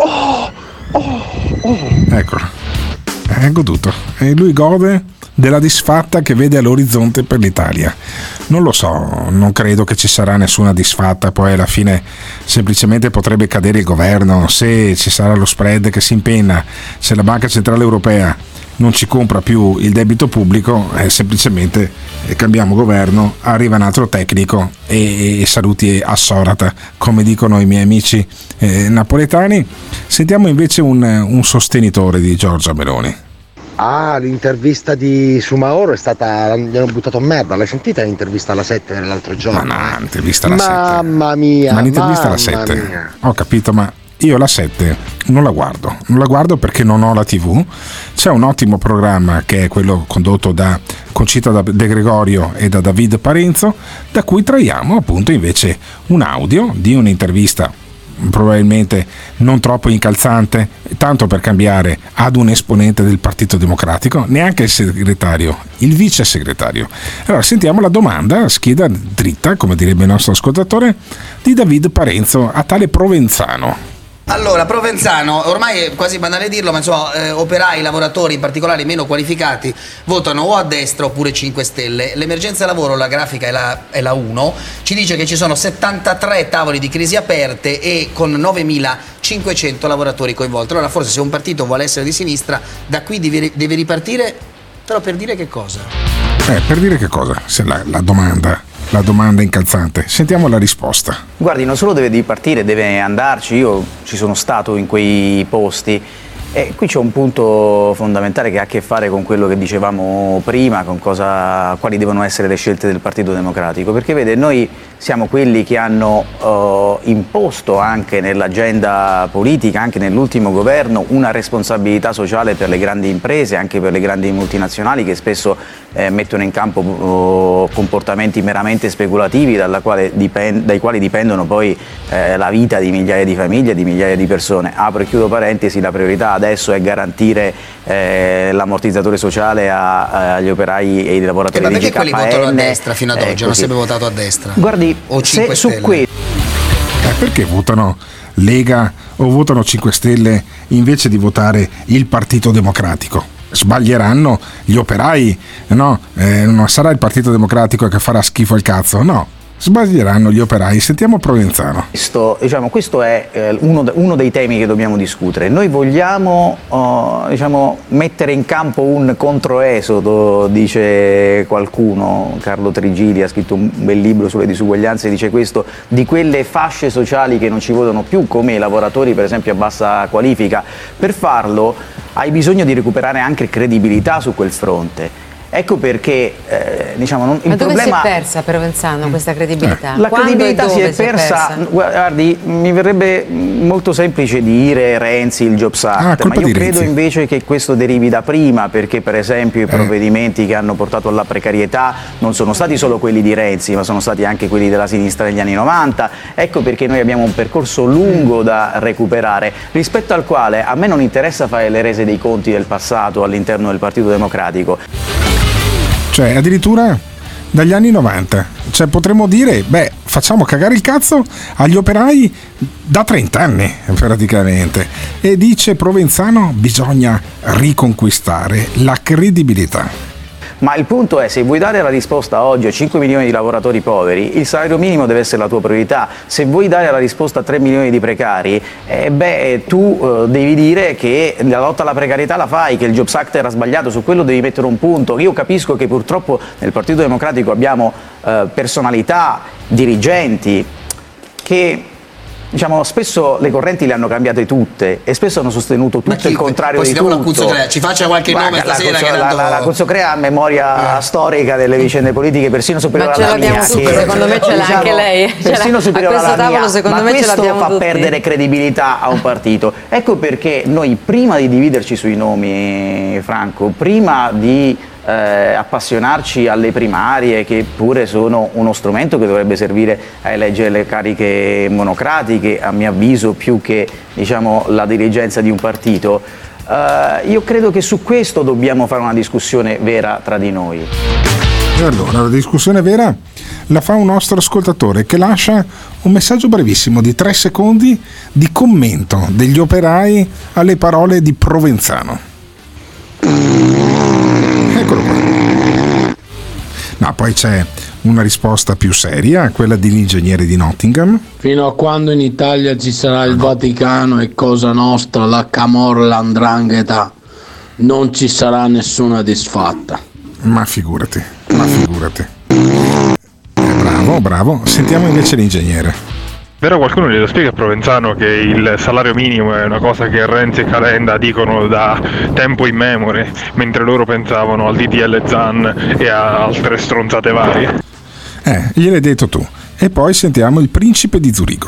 Eccolo, è goduto. E lui gode della disfatta che vede all'orizzonte per l'Italia. Non lo so, non credo che ci sarà nessuna disfatta, poi alla fine semplicemente potrebbe cadere il governo, se ci sarà lo spread che si impenna, se la Banca Centrale Europea non ci compra più il debito pubblico, semplicemente cambiamo governo, arriva un altro tecnico e saluti a Sorata, come dicono i miei amici napoletani. Sentiamo invece un sostenitore di Giorgia Meloni. Ah, l'intervista su Mauro è stata, gli hanno buttato merda. L'hai sentita l'intervista alla 7 l'altro giorno? Ma no, l'intervista alla 7. Mamma mia. Ma l'intervista alla 7. Mia. Ho capito, ma io la 7 non la guardo perché non ho la TV. C'è un ottimo programma che è quello condotto da Concita De Gregorio e da David Parenzo, da cui traiamo appunto invece un audio di un'intervista probabilmente non troppo incalzante, tanto per cambiare, ad un esponente del Partito Democratico, neanche il segretario, il vice segretario. Allora sentiamo la domanda, scheda dritta, come direbbe il nostro ascoltatore, di David Parenzo a tale Provenzano. Allora, Provenzano, ormai è quasi banale dirlo, ma insomma, operai, lavoratori, in particolare meno qualificati, votano o a destra oppure 5 Stelle. L'emergenza lavoro, la grafica è la 1, ci dice che ci sono 73 tavoli di crisi aperte e con 9.500 lavoratori coinvolti. Allora forse se un partito vuole essere di sinistra, da qui deve ripartire, però per dire che cosa? Per dire che cosa? Se la domanda incalzante. Sentiamo la risposta. Guardi, non solo deve ripartire, deve andarci. Io ci sono stato in quei posti e qui c'è un punto fondamentale che ha a che fare con quello che dicevamo prima, con quali devono essere le scelte del Partito Democratico, perché vede, noi siamo quelli che hanno imposto anche nell'agenda politica, anche nell'ultimo governo, una responsabilità sociale per le grandi imprese, anche per le grandi multinazionali che spesso mettono in campo comportamenti meramente speculativi dai quali dipendono poi la vita di migliaia di famiglie, di migliaia di persone. Apro e chiudo parentesi, la priorità adesso è garantire l'ammortizzatore sociale agli operai e ai lavoratori di GKN. Ma perché quelli votano a destra fino ad oggi? Non sempre votato a destra? Guardi, o 5 Stelle? Perché votano Lega o votano 5 Stelle invece di votare il Partito Democratico? Sbaglieranno gli operai? No, non sarà il Partito Democratico che farà schifo al cazzo, no. Sbaglieranno gli operai. Sentiamo Provenzano. Questo è uno dei temi che dobbiamo discutere. Noi vogliamo mettere in campo un controesodo, dice qualcuno. Carlo Trigili ha scritto un bel libro sulle disuguaglianze, dice questo, di quelle fasce sociali che non ci votano più, come i lavoratori per esempio a bassa qualifica. Per farlo hai bisogno di recuperare anche credibilità su quel fronte. Ecco perché il problema... dove si è persa Provenzano questa credibilità? La credibilità si è persa, guardi, mi verrebbe molto semplice dire Renzi il Jobs Act, ma io credo invece che questo derivi da prima, perché per esempio i provvedimenti che hanno portato alla precarietà non sono stati solo quelli di Renzi, ma sono stati anche quelli della sinistra negli anni 90. Ecco perché noi abbiamo un percorso lungo da recuperare, rispetto al quale a me non interessa fare le rese dei conti del passato all'interno del Partito Democratico. Cioè addirittura dagli anni 90, cioè potremmo dire, facciamo cagare il cazzo agli operai da 30 anni praticamente. E dice Provenzano, bisogna riconquistare la credibilità. Ma il punto è, se vuoi dare la risposta oggi a 5 milioni di lavoratori poveri, il salario minimo deve essere la tua priorità. Se vuoi dare la risposta a 3 milioni di precari, tu devi dire che la lotta alla precarietà la fai, che il Jobs Act era sbagliato, su quello devi mettere un punto. Io capisco che purtroppo nel Partito Democratico abbiamo personalità, dirigenti che... spesso le correnti le hanno cambiate tutte e spesso hanno sostenuto tutto il contrario di tutto. Ci faccia qualche nome stasera. La Cozzocrea ha memoria storica delle vicende politiche persino superiore alla mia. Secondo me ce l'ha anche lei. Persino superiore alla mia. Ma questo fa perdere credibilità a un partito. Ecco perché noi, prima di dividerci sui nomi, Franco, prima di appassionarci alle primarie, che pure sono uno strumento che dovrebbe servire a eleggere le cariche monocratiche, a mio avviso, più che la dirigenza di un partito, io credo che su questo dobbiamo fare una discussione vera tra di noi. Allora, la discussione vera la fa un nostro ascoltatore che lascia un messaggio brevissimo di 3 secondi di commento degli operai alle parole di Provenzano. Eccolo qua. No, poi c'è una risposta più seria, quella dell'ingegnere di Nottingham. Fino a quando in Italia ci sarà il Vaticano e Cosa Nostra, la Camorra, la 'Ndrangheta, non ci sarà nessuna disfatta. Ma figurati. Bravo. Sentiamo invece l'ingegnere. Però qualcuno glielo spiega a Provenzano che il salario minimo è una cosa che Renzi e Calenda dicono da tempo immemore, mentre loro pensavano al DDL Zan e a altre stronzate varie. Gliel'hai detto tu. E poi sentiamo il principe di Zurigo.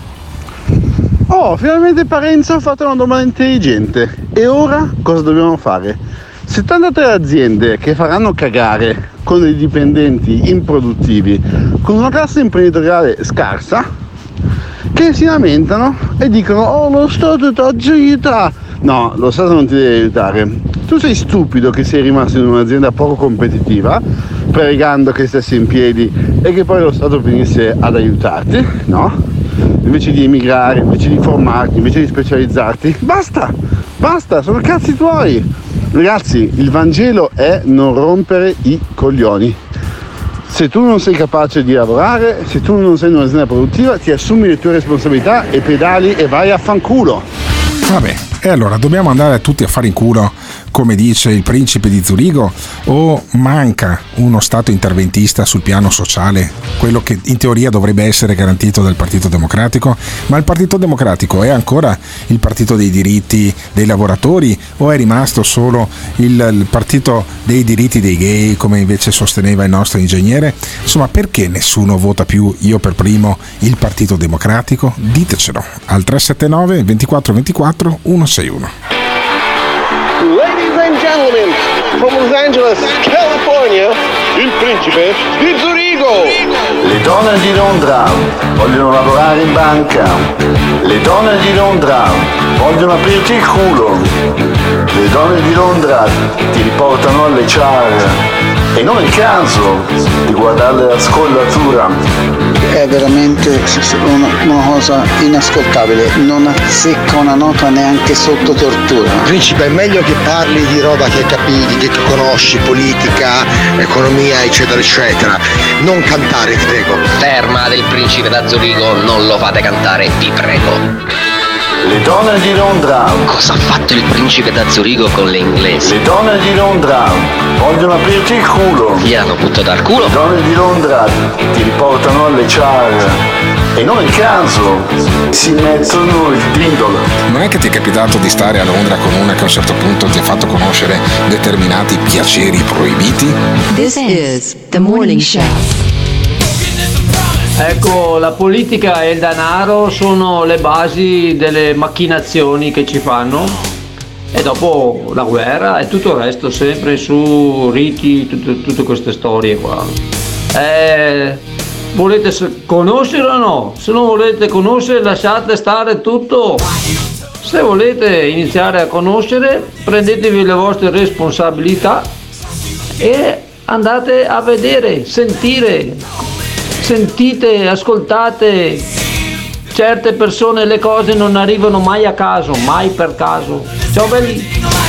Oh, finalmente Parenzo ha fatto una domanda intelligente. E ora cosa dobbiamo fare? 73 aziende che faranno cagare con dei dipendenti improduttivi, con una classe imprenditoriale scarsa, che si lamentano e dicono: oh, lo Stato ti aiuta. No, lo Stato non ti deve aiutare. Tu sei stupido che sei rimasto in un'azienda poco competitiva, pregando che stessi in piedi e che poi lo Stato venisse ad aiutarti, no? Invece di emigrare, invece di formarti, invece di specializzarti. Basta, sono cazzi tuoi. Ragazzi, il Vangelo è non rompere i coglioni. Se tu non sei capace di lavorare, se tu non sei in un'azienda produttiva, ti assumi le tue responsabilità e pedali e vai a fanculo. Vabbè, e allora dobbiamo andare tutti a fare in culo, come dice il principe di Zurigo, o manca uno Stato interventista sul piano sociale, quello che in teoria dovrebbe essere garantito dal Partito Democratico? Ma il Partito Democratico è ancora il partito dei diritti dei lavoratori o è rimasto solo il partito dei diritti dei gay, come invece sosteneva il nostro ingegnere? Insomma, perché nessuno vota più, io per primo, il Partito Democratico? Ditecelo al 379 24 24 161. Ladies and gentlemen, from Los Angeles, California, il principe di Zurigo. Le donne di Londra vogliono lavorare in banca. Le donne di Londra vogliono aprirti il culo. Le donne di Londra ti riportano alle char. E non è il caso di guardarle la scollatura. È veramente una cosa inascoltabile, non azzecca una nota neanche sotto tortura. Principe, è meglio che parli di roba che capisci, che conosci, politica, economia, eccetera, eccetera. Non cantare, ti prego. Ferma del principe da Zurigo, non lo fate cantare, vi prego. Le donne di Londra. Cosa ha fatto il principe da Zurigo con le inglesi? Le donne di Londra vogliono aprirti il culo. Gli hanno buttato al culo? Le donne di Londra ti riportano alle char. E non è il caso, si mettono il dindolo. Non è che ti è capitato di stare a Londra con una che a un certo punto ti ha fatto conoscere determinati piaceri proibiti? This is the morning show. Ecco, la politica e il denaro sono le basi delle macchinazioni che ci fanno e dopo la guerra e tutto il resto sempre su riti, tutte queste storie qua. Volete conoscere o no? Se non volete conoscere lasciate stare tutto. Se volete iniziare a conoscere prendetevi le vostre responsabilità e andate a vedere, sentite, ascoltate. Certe persone le cose non arrivano mai a caso, mai per caso. Ciao belli.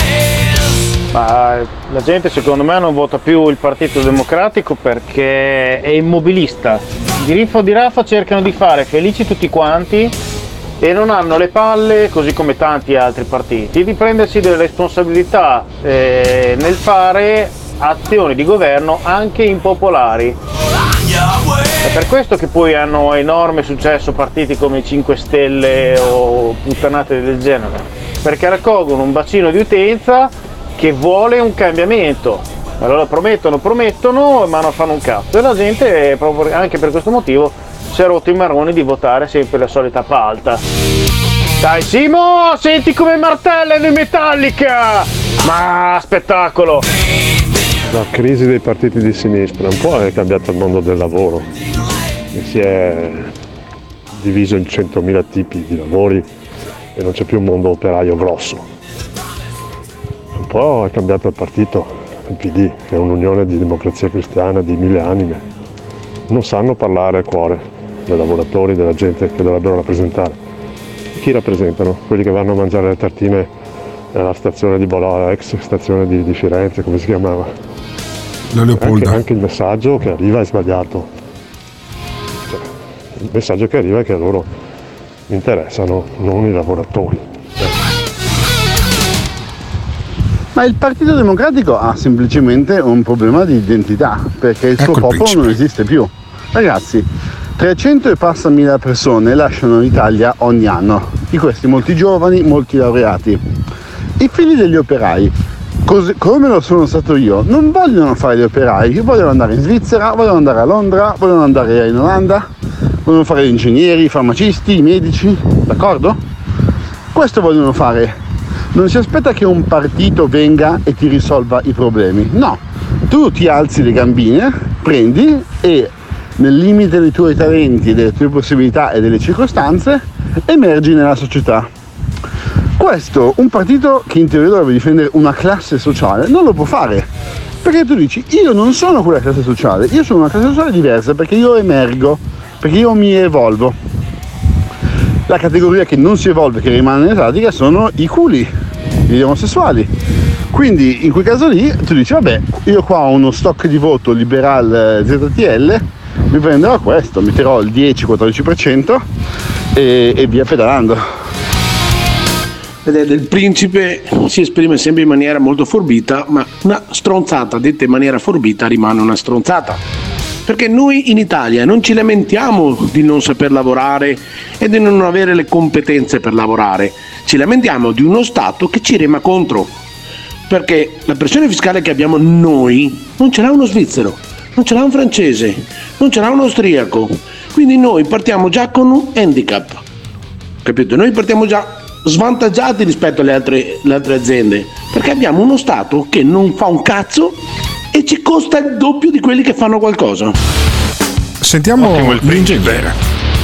Ma la gente secondo me non vota più il Partito Democratico perché è immobilista. Di riffo di raffa cercano di fare felici tutti quanti e non hanno le palle, così come tanti altri partiti, di prendersi delle responsabilità nel fare azioni di governo anche impopolari. È per questo che poi hanno enorme successo partiti come i 5 Stelle o puttanate del genere, perché raccolgono un bacino di utenza che vuole un cambiamento. Allora promettono, ma non fanno un cazzo. E la gente, proprio anche per questo motivo, si è rotto i marroni di votare sempre la solita palta. Dai Simo, senti come martellano in Metallica! Ma spettacolo! La crisi dei partiti di sinistra un po' è cambiato il mondo del lavoro, e si è diviso in 100.000 tipi di lavori e non c'è più un mondo operaio grosso. Un po' è cambiato il partito, il PD, che è un'unione di democrazia cristiana di 1000 anime. Non sanno parlare al cuore dei lavoratori, della gente che dovrebbero rappresentare. Chi rappresentano? Quelli che vanno a mangiare le tartine alla stazione di Bologna, ex stazione di Firenze, come si chiamava? Anche il messaggio che arriva è sbagliato. Cioè, il messaggio che arriva è che a loro interessano non i lavoratori. Ma il Partito Democratico ha semplicemente un problema di identità, perché il suo popolo non esiste più. Ragazzi, 300 e passa mila persone lasciano l'Italia ogni anno, di questi molti giovani, molti laureati. I figli degli operai, come lo sono stato io, non vogliono fare gli operai, vogliono andare in Svizzera, vogliono andare a Londra, vogliono andare in Olanda, vogliono fare gli ingegneri, i farmacisti, i medici, d'accordo? Questo vogliono fare. Non si aspetta che un partito venga e ti risolva i problemi, no, tu ti alzi le gambine, prendi e nel limite dei tuoi talenti, delle tue possibilità e delle circostanze emergi nella società. Questo un partito che in teoria dovrebbe difendere una classe sociale non lo può fare, perché tu dici io non sono quella classe sociale, io sono una classe sociale diversa perché io emergo, perché io mi evolvo. La categoria che non si evolve, che rimane nell'etica, sono i culi, gli omosessuali. Quindi in quel caso lì tu dici vabbè, io qua ho uno stock di voto liberal ZTL, mi prenderò questo, metterò il 10-14% e via pedalando. Vedete, il principe si esprime sempre in maniera molto forbita, ma una stronzata detta in maniera forbita rimane una stronzata. Perché noi in Italia non ci lamentiamo di non saper lavorare e di non avere le competenze per lavorare, ci lamentiamo di uno Stato che ci rema contro. Perché la pressione fiscale che abbiamo noi non ce l'ha uno svizzero, non ce l'ha un francese, non ce l'ha un austriaco. Quindi noi partiamo già con un handicap, capito? Noi partiamo già svantaggiati rispetto alle altre aziende, perché abbiamo uno Stato che non fa un cazzo e ci costa il doppio di quelli che fanno qualcosa. Sentiamo il principe.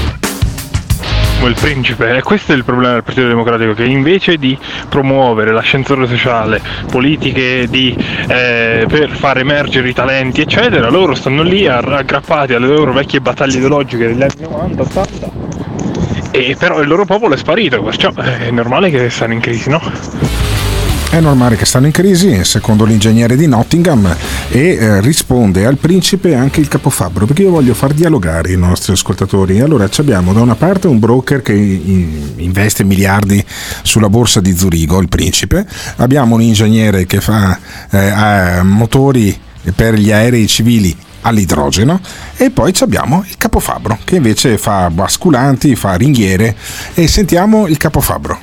Il principe, e questo è il problema del Partito Democratico, che invece di promuovere l'ascensore sociale, politiche per far emergere i talenti eccetera, loro stanno lì aggrappati alle loro vecchie battaglie ideologiche degli anni 90-80, e però il loro popolo è sparito, perciò è normale che stanno in crisi, no? È normale che stanno in crisi, secondo l'ingegnere di Nottingham, e risponde al principe anche il capofabbro, perché io voglio far dialogare i nostri ascoltatori. Allora abbiamo da una parte un broker che investe miliardi sulla borsa di Zurigo, il principe, abbiamo un ingegnere che fa motori per gli aerei civili all'idrogeno, e poi abbiamo il capofabbro che invece fa basculanti, fa ringhiere. E sentiamo il capofabbro.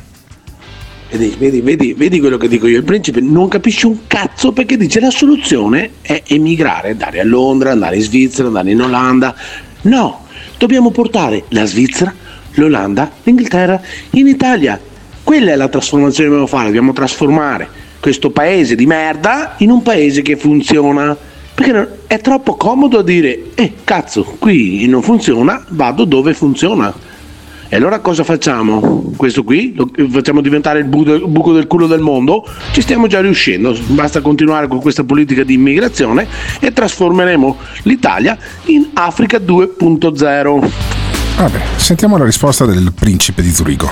Vedi quello che dico io. Il principe non capisce un cazzo, perché dice la soluzione è emigrare, andare a Londra, andare in Svizzera, andare in Olanda. No, dobbiamo portare la Svizzera, l'Olanda, l'Inghilterra in Italia. Quella è la trasformazione che dobbiamo fare. Dobbiamo trasformare questo paese di merda in un paese che funziona, perché è troppo comodo dire cazzo, qui non funziona, vado dove funziona. E allora cosa facciamo? Questo qui lo facciamo diventare il buco del culo del mondo? Ci stiamo già riuscendo, basta continuare con questa politica di immigrazione e trasformeremo l'Italia in Africa 2.0. Vabbè, sentiamo la risposta del principe di Zurigo.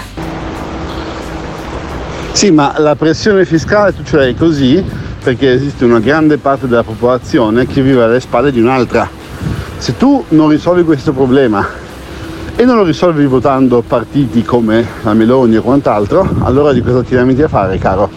Sì, ma la pressione fiscale tu ce l'hai così perché esiste una grande parte della popolazione che vive alle spalle di un'altra. Se tu non risolvi questo problema e non lo risolvi votando partiti come la Meloni o quant'altro, allora di cosa ti lamenti a fare, caro?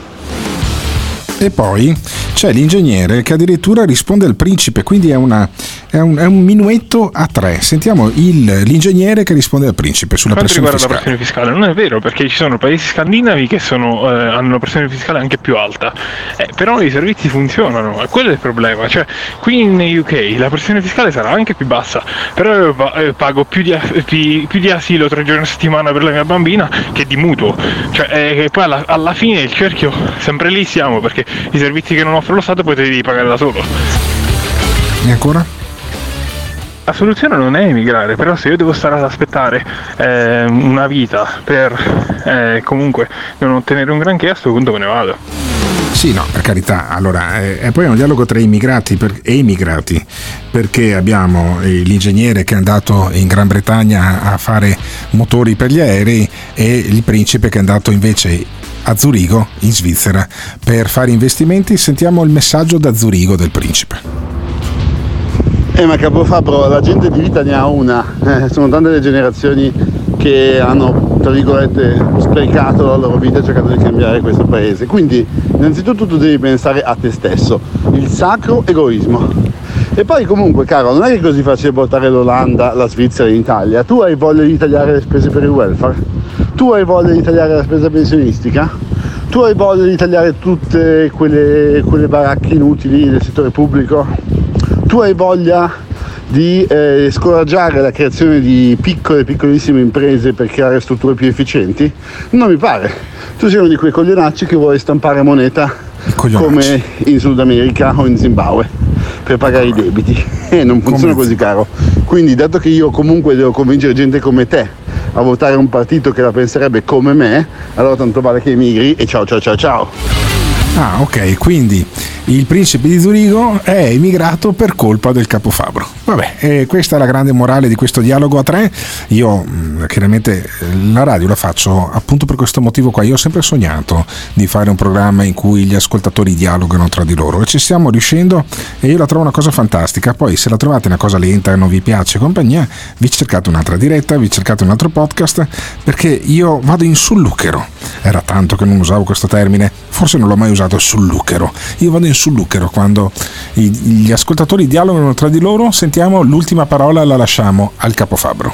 E poi c'è l'ingegnere che addirittura risponde al principe, quindi è un minuetto a tre. Sentiamo l'ingegnere che risponde al principe sulla pressione fiscale. La pressione fiscale non è vero, perché ci sono paesi scandinavi che hanno una pressione fiscale anche più alta, però i servizi funzionano, e quello è il problema. Cioè, qui in UK la pressione fiscale sarà anche più bassa, però io pago più di asilo 3 giorni a settimana per la mia bambina che di mutuo. Cioè, poi alla fine il cerchio sempre lì siamo, perché i servizi che non offre lo Stato poi te li devi pagare da solo. E ancora? La soluzione non è emigrare, però se io devo stare ad aspettare una vita per comunque non ottenere un granché, a questo punto me ne vado. Sì, no, per carità. Allora, e poi è un dialogo tra immigrati e immigrati, perché abbiamo l'ingegnere che è andato in Gran Bretagna a fare motori per gli aerei e il principe che è andato invece a Zurigo, in Svizzera, per fare investimenti. Sentiamo il messaggio da Zurigo del principe. Ma capofabbro, la gente di vita ne ha una, sono tante le generazioni che hanno, tra virgolette, sprecato la loro vita cercando di cambiare questo paese, quindi Innanzitutto tu devi pensare a te stesso, il sacro egoismo. E poi comunque, caro, non è che è così facile portare l'Olanda, la Svizzera in Italia. Tu hai voglia di tagliare le spese per il welfare? Tu hai voglia di tagliare la spesa pensionistica? Tu hai voglia di tagliare tutte quelle baracche inutili del settore pubblico? Tu hai voglia di scoraggiare la creazione di piccolissime imprese per creare strutture più efficienti? Non mi pare. Tu sei uno di quei coglionacci che vuole stampare moneta come in Sud America o in Zimbabwe per pagare i debiti. Non funziona così, caro. Quindi, dato che io comunque devo convincere gente come te a votare un partito che la penserebbe come me, allora tanto vale che emigri e ciao ciao ciao ciao. Ah, ok, quindi il principe di Zurigo è emigrato per colpa del capofabbro. Vabbè, questa è la grande morale di questo dialogo a tre. Io chiaramente la radio la faccio appunto per questo motivo qua. Io ho sempre sognato di fare un programma in cui gli ascoltatori dialogano tra di loro e ci stiamo riuscendo e io la trovo una cosa fantastica. Poi se la trovate una cosa lenta e non vi piace compagnia, vi cercate un'altra diretta, vi cercate un altro podcast, perché io vado in sulluchero. Era tanto che non usavo questo termine, forse non l'ho mai usato, sulluchero. Io vado in sulluchero quando gli ascoltatori dialogano tra di loro. Sentiamo l'ultima parola, la lasciamo al capofabbro.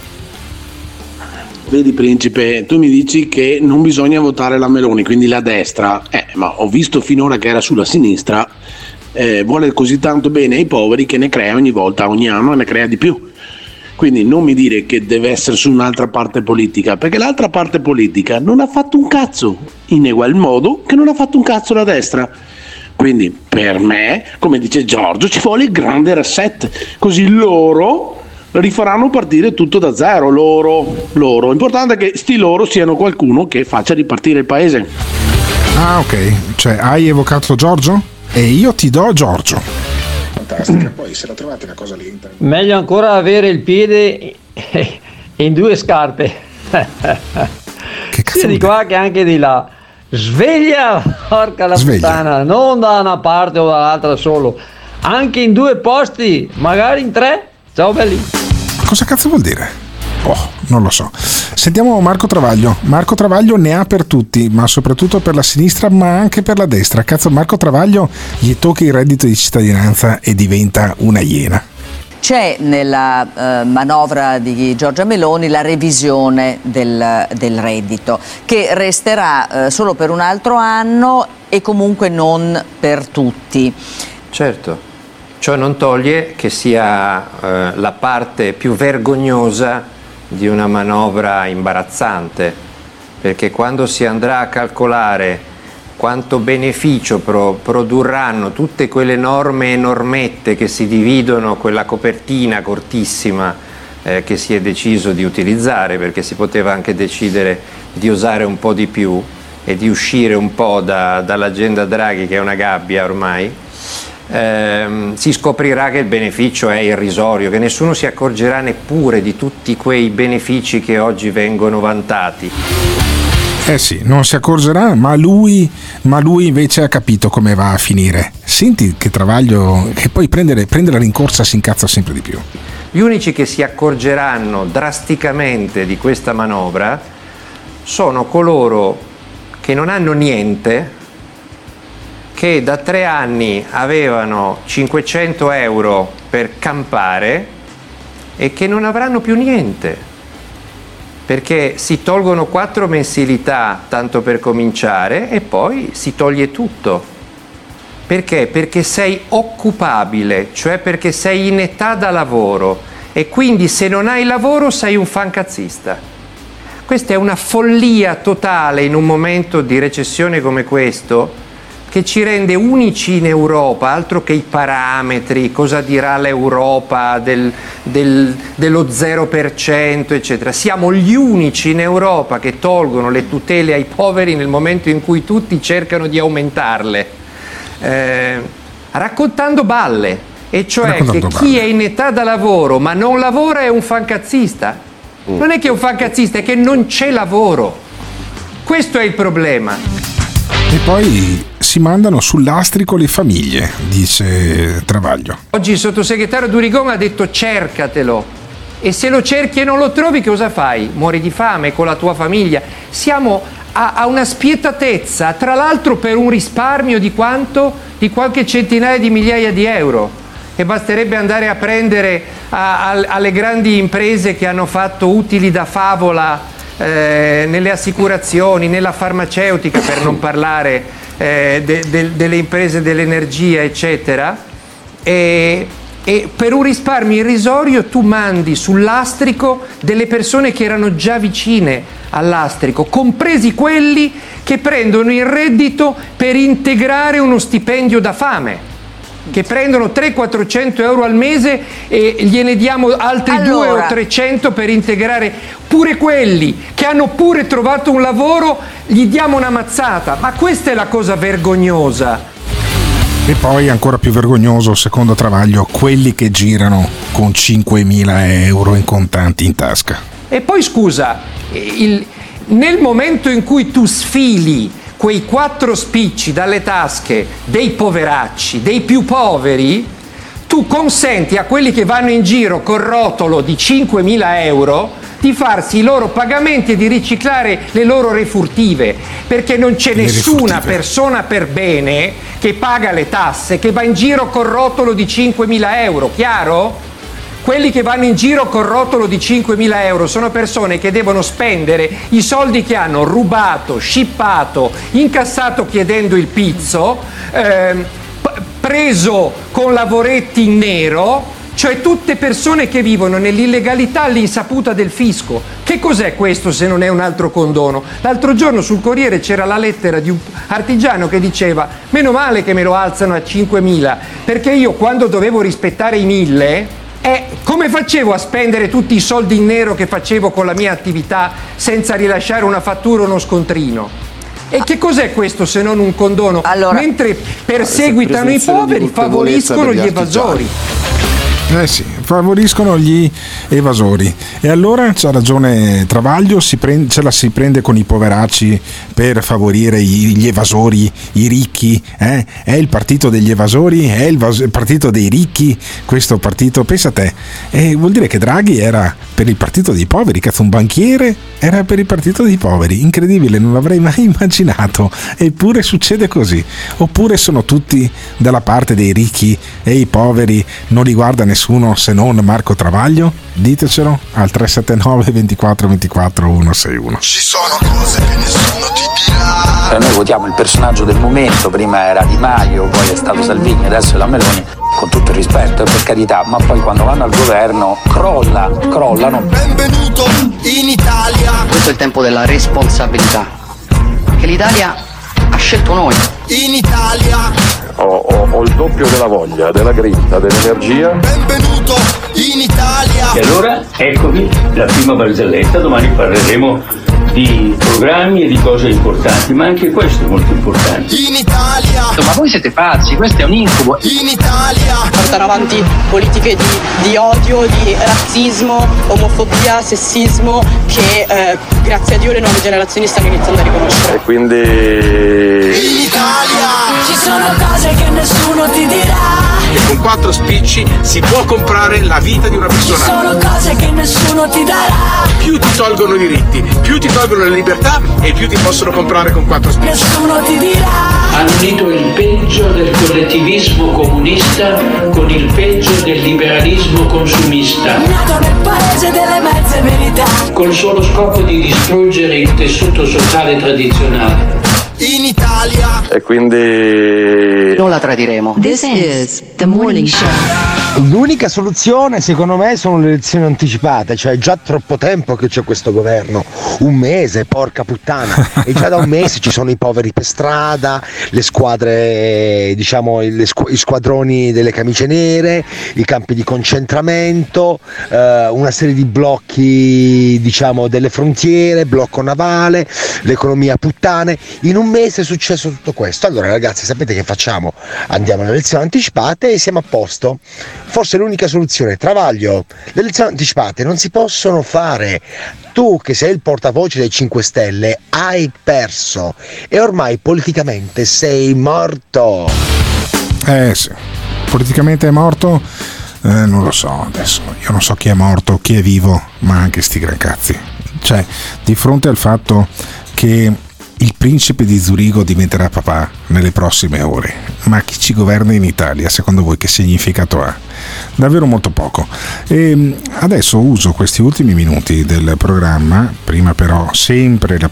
Vedi principe, tu mi dici che non bisogna votare la Meloni, quindi la destra, ma ho visto finora che era sulla sinistra, vuole così tanto bene ai poveri che ne crea ogni anno e ne crea di più. Quindi non mi dire che deve essere su un'altra parte politica, perché l'altra parte politica non ha fatto un cazzo, in egual modo che non ha fatto un cazzo la destra. Quindi per me, come dice Giorgio, ci vuole il grande reset, così loro rifaranno partire tutto da zero, loro. L'importante è che sti loro siano qualcuno che faccia ripartire il paese. Ah, ok, cioè hai evocato Giorgio? E io ti do Giorgio. Fantastica, poi se la trovate una cosa lenta. Meglio ancora avere il piede in due scarpe. Sia di qua che anche di là. Sveglia, porca la puttana, non da una parte o dall'altra solo, anche in due posti, magari in tre. Ciao belli. Cosa cazzo vuol dire? Non lo so. Sentiamo Marco Travaglio. Marco Travaglio ne ha per tutti, ma soprattutto per la sinistra, ma anche per la destra. Cazzo, Marco Travaglio gli tocca il reddito di cittadinanza e diventa una iena. C'è nella manovra di Giorgia Meloni la revisione del reddito, che resterà solo per un altro anno e comunque non per tutti. Certo, ciò non toglie che sia la parte più vergognosa di una manovra imbarazzante, perché quando si andrà a calcolare quanto beneficio produrranno tutte quelle norme e normette che si dividono quella copertina cortissima che si è deciso di utilizzare, perché si poteva anche decidere di osare un po' di più e di uscire un po' dall'agenda Draghi, che è una gabbia ormai, si scoprirà che il beneficio è irrisorio, che nessuno si accorgerà neppure di tutti quei benefici che oggi vengono vantati. Sì, non si accorgerà, ma lui invece ha capito come va a finire. Senti che Travaglio, che poi prende la rincorsa, si incazza sempre di più. Gli unici che si accorgeranno drasticamente di questa manovra sono coloro che non hanno niente, che da 3 anni avevano 500 euro per campare e che non avranno più niente, perché si tolgono 4 mensilità tanto per cominciare e poi si toglie tutto. Perché? Perché sei occupabile, cioè perché sei in età da lavoro e quindi se non hai lavoro sei un fancazzista. Questa è una follia totale in un momento di recessione come questo, che ci rende unici in Europa, altro che i parametri, cosa dirà l'Europa dello 0%, eccetera. Siamo gli unici in Europa che tolgono le tutele ai poveri nel momento in cui tutti cercano di aumentarle, raccontando balle, e cioè che chi è in età da lavoro ma non lavora è un fancazzista. Non è che è un fancazzista, è che non c'è lavoro. Questo è il problema. E poi si mandano sul lastrico le famiglie, dice Travaglio. Oggi il sottosegretario Durigon ha detto cercatelo, e se lo cerchi e non lo trovi cosa fai? Muori di fame con la tua famiglia. Siamo a una spietatezza, tra l'altro per un risparmio di quanto? Di qualche centinaia di migliaia di euro, che basterebbe andare a prendere alle grandi imprese che hanno fatto utili da favola nelle assicurazioni, nella farmaceutica, per non parlare delle imprese dell'energia, eccetera. E per un risparmio irrisorio tu mandi sul lastrico delle persone che erano già vicine al lastrico, compresi quelli che prendono il reddito per integrare uno stipendio da fame, che prendono 300-400 euro al mese e gliene diamo altri 200 o 300 per integrare. Pure quelli che hanno pure trovato un lavoro gli diamo una mazzata. Ma questa è la cosa vergognosa. E poi ancora più vergognoso, secondo Travaglio, quelli che girano con 5.000 euro in contanti in tasca. E poi scusa, nel momento in cui tu sfili quei 4 spicci dalle tasche dei poveracci, dei più poveri, tu consenti a quelli che vanno in giro col rotolo di 5.000 euro di farsi i loro pagamenti e di riciclare le loro refurtive, perché non c'è nessuna persona per bene che paga le tasse che va in giro col rotolo di 5.000 euro, chiaro? Quelli che vanno in giro col rotolo di 5.000 euro sono persone che devono spendere i soldi che hanno rubato, scippato, incassato chiedendo il pizzo, preso con lavoretti in nero, cioè tutte persone che vivono nell'illegalità all'insaputa del fisco. Che cos'è questo se non è un altro condono? L'altro giorno sul Corriere c'era la lettera di un artigiano che diceva: meno male che me lo alzano a 5.000, perché io quando dovevo rispettare i 1.000, come facevo a spendere tutti i soldi in nero che facevo con la mia attività senza rilasciare una fattura o uno scontrino? E che cos'è questo se non un condono? Mentre perseguitano i poveri, favoriscono gli evasori. Sì, favoriscono gli evasori. E allora c'ha ragione Travaglio, ce la si prende con i poveracci per favorire gli evasori, i ricchi, È il partito degli evasori, è il partito dei ricchi, questo partito, pensa a te. Vuol dire che Draghi era per il partito dei poveri, cazzo, un banchiere era per il partito dei poveri, incredibile, non l'avrei mai immaginato, eppure succede così. Oppure sono tutti dalla parte dei ricchi e i poveri non li guarda nessuno se non Marco Travaglio? Ditecelo al 379 24 24 161. Ci sono cose che nessuno ti dirà. Noi votiamo il personaggio del momento, prima era Di Maio, poi è stato Salvini, adesso è la Meloni, con tutto il rispetto, per carità, ma poi quando vanno al governo crollano. Benvenuto in Italia. Questo è il tempo della responsabilità, che l'Italia ha scelto noi. In Italia. Ho il doppio della voglia, della grinta, dell'energia. Benvenuto in Italia. E allora eccovi la prima barzelletta, domani parleremo di programmi e di cose importanti, ma anche questo è molto importante. In Italia. Ma voi siete pazzi, questo è un incubo. In Italia. Portano avanti politiche di odio, di razzismo, omofobia, sessismo che grazie a Dio le nuove generazioni stanno iniziando a riconoscere. E quindi in Italia ci sono cose che nessuno ti dirà. E con 4 spicci si può comprare la vita di una persona. Ci sono cose che nessuno ti darà. Più ti tolgono i diritti, più ti tolgono le libertà e più ti possono comprare con 4 spicci. Nessuno ti dirà. Hanno unito il peggio del collettivismo comunista con il peggio del liberalismo consumista. Nato nel paese delle mezze verità. Col solo scopo di distruggere il tessuto sociale tradizionale. In Italia. E quindi non la tradiremo. This is the morning show. L'unica soluzione secondo me sono le elezioni anticipate, cioè è già troppo tempo che c'è questo governo, un mese, porca puttana, e già da un mese ci sono i poveri per strada, le squadre, diciamo i squadroni delle camicie nere, i campi di concentramento, una serie di blocchi, diciamo, delle frontiere, blocco navale, l'economia puttane. In un mese è successo tutto questo. Allora ragazzi, sapete che facciamo? Andiamo alle elezioni anticipate e siamo a posto. Forse è l'unica soluzione. Travaglio, le elezioni anticipate non si possono fare. Tu che sei il portavoce dei 5 Stelle hai perso e ormai politicamente sei morto. Sì, politicamente è morto. Non lo so adesso, io non so chi è morto, chi è vivo, ma anche sti gran cazzi. Cioè, di fronte al fatto che il principe di Zurigo diventerà papà nelle prossime ore. Ma chi ci governa in Italia, secondo voi, che significato ha? Davvero molto poco. E adesso uso questi ultimi minuti del programma, prima però sempre la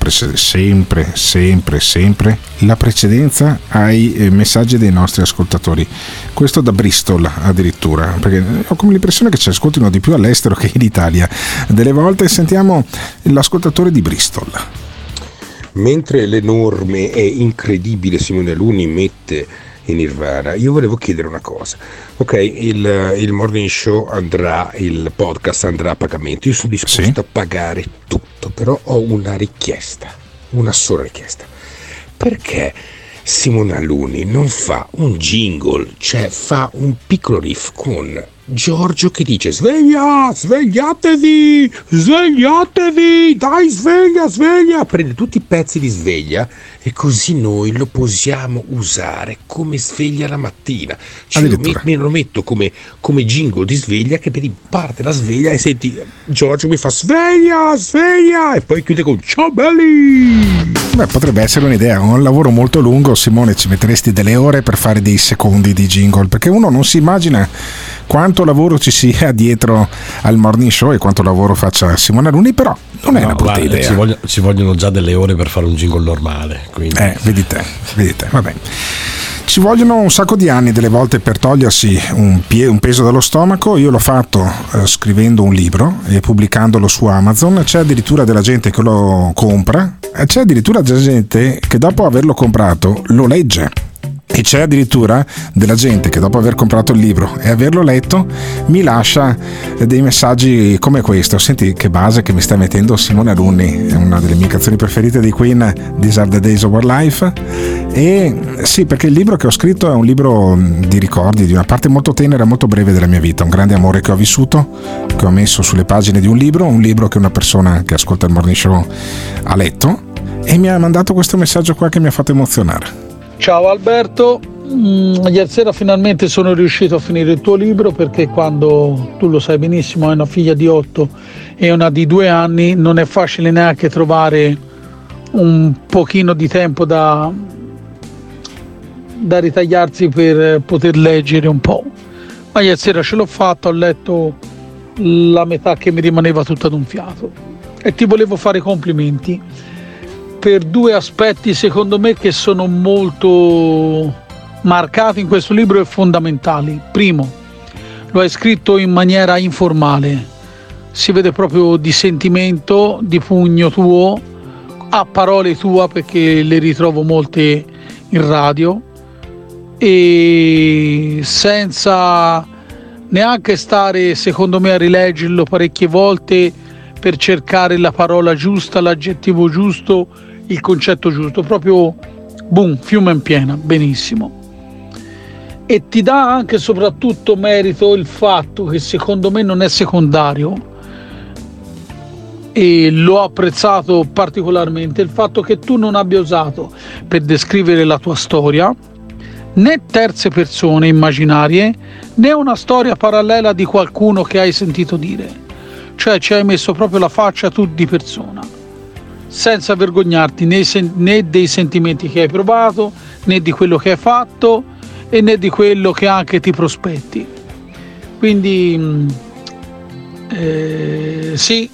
precedenza ai messaggi dei nostri ascoltatori. Questo da Bristol addirittura, perché ho come l'impressione che ci ascoltino di più all'estero che in Italia. Delle volte sentiamo l'ascoltatore di Bristol. Mentre l'enorme e incredibile Simone Alunni mette in Nirvana, io volevo chiedere una cosa. Ok, il morning show andrà, il podcast andrà a pagamento, io sono disposto a pagare tutto, però ho una richiesta, una sola richiesta. Perché Simone Alunni non fa un jingle, cioè fa un piccolo riff con Giorgio che dice sveglia, svegliatevi, dai sveglia, prende tutti i pezzi di sveglia e così noi lo possiamo usare come sveglia la mattina, me lo metto come jingle di sveglia, che parte la sveglia e senti Giorgio mi fa sveglia e poi chiude con ciao belli. Beh, potrebbe essere un'idea, un lavoro molto lungo. Simone, ci metteresti delle ore per fare dei secondi di jingle, perché uno non si immagina quanto lavoro ci sia dietro al morning show e quanto lavoro faccia Simone Alunni, però non è una brutta idea. Ci vogliono già delle ore per fare un jingle normale, quindi. Vedi te, vabbè. Ci vogliono un sacco di anni delle volte per togliersi un peso dallo stomaco. Io l'ho fatto scrivendo un libro e pubblicandolo su Amazon. C'è addirittura della gente che lo compra, c'è addirittura della gente che dopo averlo comprato lo legge. E c'è addirittura della gente che dopo aver comprato il libro e averlo letto mi lascia dei messaggi come questo. Senti che base che mi sta mettendo Simone Alunni, è una delle mie canzoni preferite di Queen, These Are the Days of Our Life. E sì, perché il libro che ho scritto è un libro di ricordi di una parte molto tenera, molto breve della mia vita, un grande amore che ho vissuto, che ho messo sulle pagine di un libro che una persona che ascolta il morning show ha letto e mi ha mandato questo messaggio qua che mi ha fatto emozionare. Ciao Alberto, ieri sera finalmente sono riuscito a finire il tuo libro, perché quando, tu lo sai benissimo, hai una figlia di 8 e una di 2 anni, non è facile neanche trovare un pochino di tempo da ritagliarsi per poter leggere un po'. Ma ieri sera ce l'ho fatto, ho letto la metà che mi rimaneva tutta d'un fiato e ti volevo fare complimenti per 2 aspetti secondo me che sono molto marcati in questo libro e fondamentali. Primo, lo hai scritto in maniera informale, si vede proprio di sentimento, di pugno tuo, a parole tue, perché le ritrovo molte in radio, e senza neanche stare secondo me a rileggerlo parecchie volte per cercare la parola giusta, l'aggettivo giusto, il concetto giusto, proprio boom, fiume in piena, benissimo. E ti dà anche e soprattutto merito il fatto che secondo me non è secondario, e l'ho apprezzato particolarmente, il fatto che tu non abbia usato per descrivere la tua storia né terze persone immaginarie né una storia parallela di qualcuno che hai sentito dire, cioè ci hai messo proprio la faccia tu di persona, senza vergognarti né dei sentimenti che hai provato, né di quello che hai fatto e né di quello che anche ti prospetti. Quindi sì,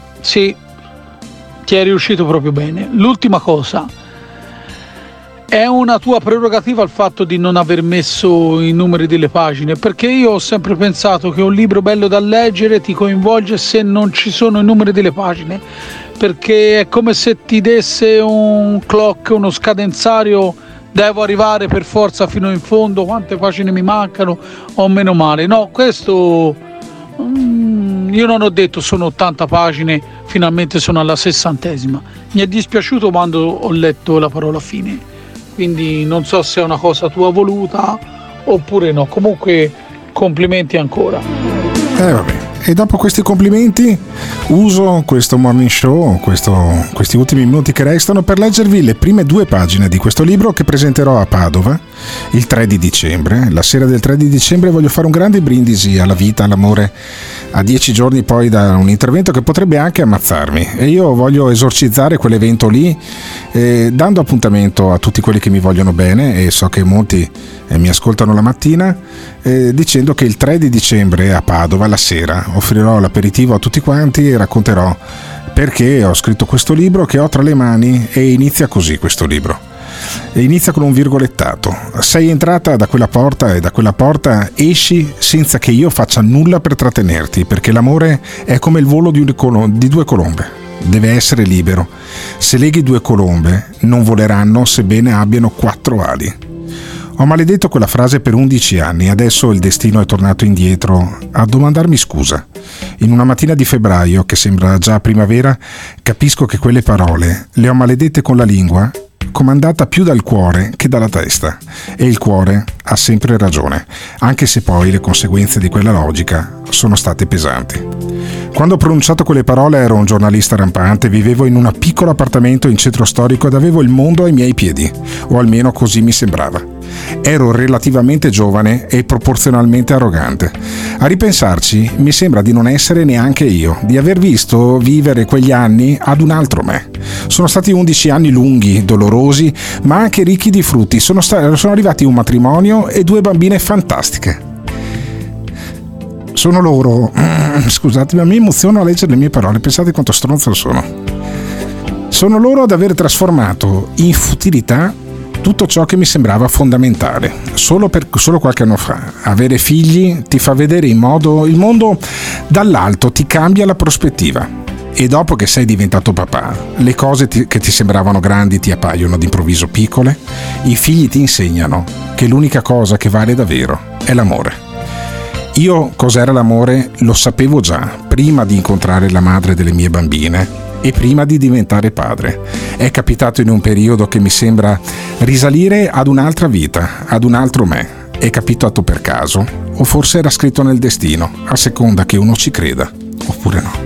ti è riuscito proprio bene. L'ultima cosa, è una tua prerogativa il fatto di non aver messo i numeri delle pagine, perché io ho sempre pensato che un libro bello da leggere ti coinvolge se non ci sono i numeri delle pagine, perché è come se ti desse un clock, uno scadenzario, devo arrivare per forza fino in fondo, quante pagine mi mancano o meno male. No, questo io non ho detto sono 80 pagine, finalmente sono alla 60esima. Mi è dispiaciuto quando ho letto la parola fine, quindi non so se è una cosa tua voluta oppure no. Comunque complimenti ancora. Vabbè. E dopo questi complimenti uso questo morning show, questi ultimi minuti che restano, per leggervi le prime 2 pagine di questo libro che presenterò a Padova il 3 di dicembre. La sera del 3 di dicembre voglio fare un grande brindisi alla vita, all'amore a 10 giorni poi da un intervento che potrebbe anche ammazzarmi, e io voglio esorcizzare quell'evento lì, dando appuntamento a tutti quelli che mi vogliono bene, e so che molti mi ascoltano la mattina, dicendo che il 3 di dicembre a Padova la sera offrirò l'aperitivo a tutti quanti e racconterò perché ho scritto questo libro che ho tra le mani. E inizia così questo libro, e inizia con un virgolettato: sei entrata da quella porta e da quella porta esci senza che io faccia nulla per trattenerti, perché l'amore è come il volo di due colombe, deve essere libero. Se leghi due colombe non voleranno sebbene abbiano 4 ali. Ho maledetto quella frase per 11 anni, adesso il destino è tornato indietro a domandarmi scusa. In una mattina di febbraio, che sembra già primavera, capisco che quelle parole le ho maledette con la lingua, comandata più dal cuore che dalla testa, e il cuore ha sempre ragione, anche se poi le conseguenze di quella logica sono state pesanti. Quando ho pronunciato quelle parole ero un giornalista rampante, vivevo in un piccolo appartamento in centro storico ed avevo il mondo ai miei piedi, o almeno così mi sembrava. Ero relativamente giovane e proporzionalmente arrogante. A ripensarci mi sembra di non essere neanche io, di aver visto vivere quegli anni ad un altro me. Sono stati 11 anni lunghi, dolorosi, ma anche ricchi di frutti. Sono arrivati un matrimonio e 2 bambine fantastiche. Sono loro, scusate, ma mi emoziono a leggere le mie parole, pensate quanto stronzo sono. Sono loro ad aver trasformato in futilità tutto ciò che mi sembrava fondamentale. Solo qualche anno fa. Avere figli ti fa vedere il mondo dall'alto, ti cambia la prospettiva. E dopo che sei diventato papà, le cose che ti sembravano grandi ti appaiono d'improvviso piccole. I figli ti insegnano che l'unica cosa che vale davvero è l'amore. Io cos'era l'amore lo sapevo già prima di incontrare la madre delle mie bambine e prima di diventare padre. È capitato in un periodo che mi sembra risalire ad un'altra vita, ad un altro me. È capitato per caso, o forse era scritto nel destino, a seconda che uno ci creda, oppure no.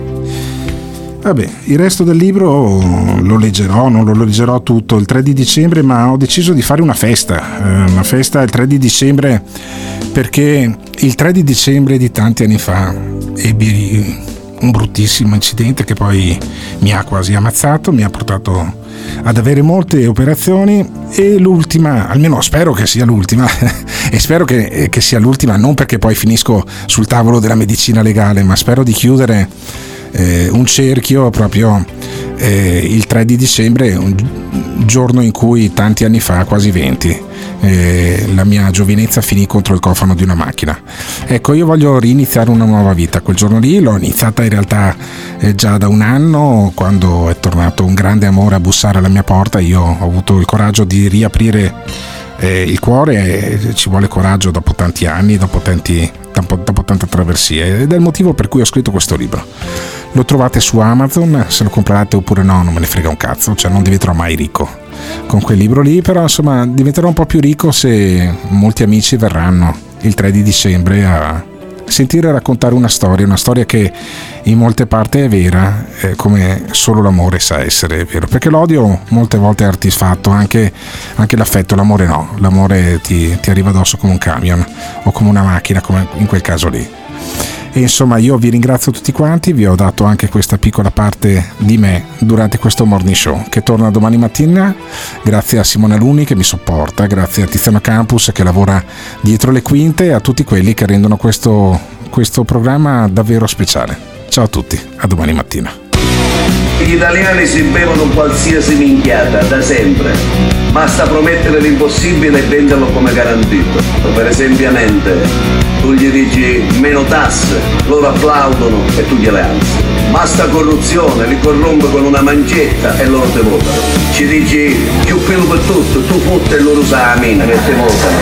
Vabbè, il resto del libro lo leggerò, non lo leggerò tutto il 3 di dicembre, ma ho deciso di fare una festa il 3 di dicembre, perché il 3 di dicembre di tanti anni fa ebbi un bruttissimo incidente che poi mi ha quasi ammazzato, mi ha portato ad avere molte operazioni, e l'ultima, almeno spero che sia l'ultima e spero che sia l'ultima non perché poi finisco sul tavolo della medicina legale, ma spero di chiudere un cerchio proprio il 3 di dicembre, un giorno in cui tanti anni fa, quasi 20, la mia giovinezza finì contro il cofano di una macchina. Ecco, io voglio riniziare una nuova vita. Quel giorno lì l'ho iniziata in realtà già da un anno, quando è tornato un grande amore a bussare alla mia porta. Io ho avuto il coraggio di riaprire il cuore, ci vuole coraggio dopo tanti anni, dopo tante traversie, ed è il motivo per cui ho scritto questo libro. Lo trovate su Amazon, se lo comprate oppure no non me ne frega un cazzo, cioè non diventerò mai ricco con quel libro lì, però insomma diventerò un po' più ricco se molti amici verranno il 3 di dicembre a sentire raccontare una storia che in molte parti è vera, come solo l'amore sa essere vero, perché l'odio molte volte è artefatto, anche l'affetto, l'amore no, l'amore ti arriva addosso come un camion o come una macchina, come in quel caso lì. E insomma io vi ringrazio tutti quanti, vi ho dato anche questa piccola parte di me durante questo morning show che torna domani mattina. Grazie a Simone Alunni che mi sopporta, grazie a Tiziano Campus che lavora dietro le quinte, e a tutti quelli che rendono questo programma davvero speciale. Ciao a tutti, a domani mattina. Gli italiani si bevono qualsiasi minchiata da sempre, basta promettere l'impossibile e venderlo come garantito. Per esempio tu gli dici meno tasse, loro applaudono e tu gliele alzi. Basta corruzione, li corrompe con una mancetta e loro te votano. Ci dici più pelo per tutto, tu fotti e loro usano la mina e te votano.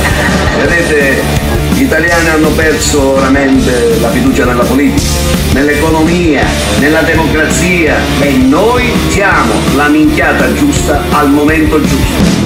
Vedete, gli italiani hanno perso veramente la fiducia nella politica, nell'economia, nella democrazia, e noi siamo la minchiata giusta al momento giusto.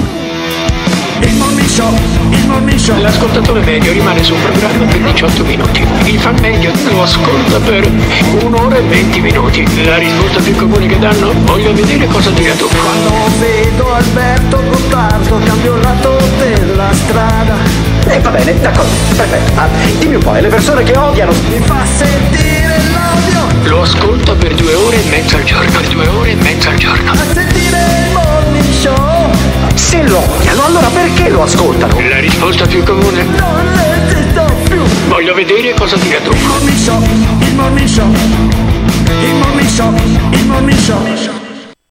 Il morning show. L'ascoltatore medio rimane sul programma per 18 minuti. Il fan medio lo ascolta per 1 ora e 20 minuti. La risposta più comune che danno: voglio vedere cosa dirà tu. Quando vedo Alberto Gottardo cambio il lato della strada Va bene, d'accordo, perfetto. Dimmi un po', le persone che odiano mi fa sentire l'odio. Lo ascolto per 2 ore e mezza al giorno. Per 2 ore e mezza al giorno. A sentire il Morning Show. Se lo odiano, allora perché lo ascoltano? La risposta più comune. Non esisto più. Voglio vedere cosa dirà tu. Il Morning Show, il Morning Show, il Morning Show, il Morning Show.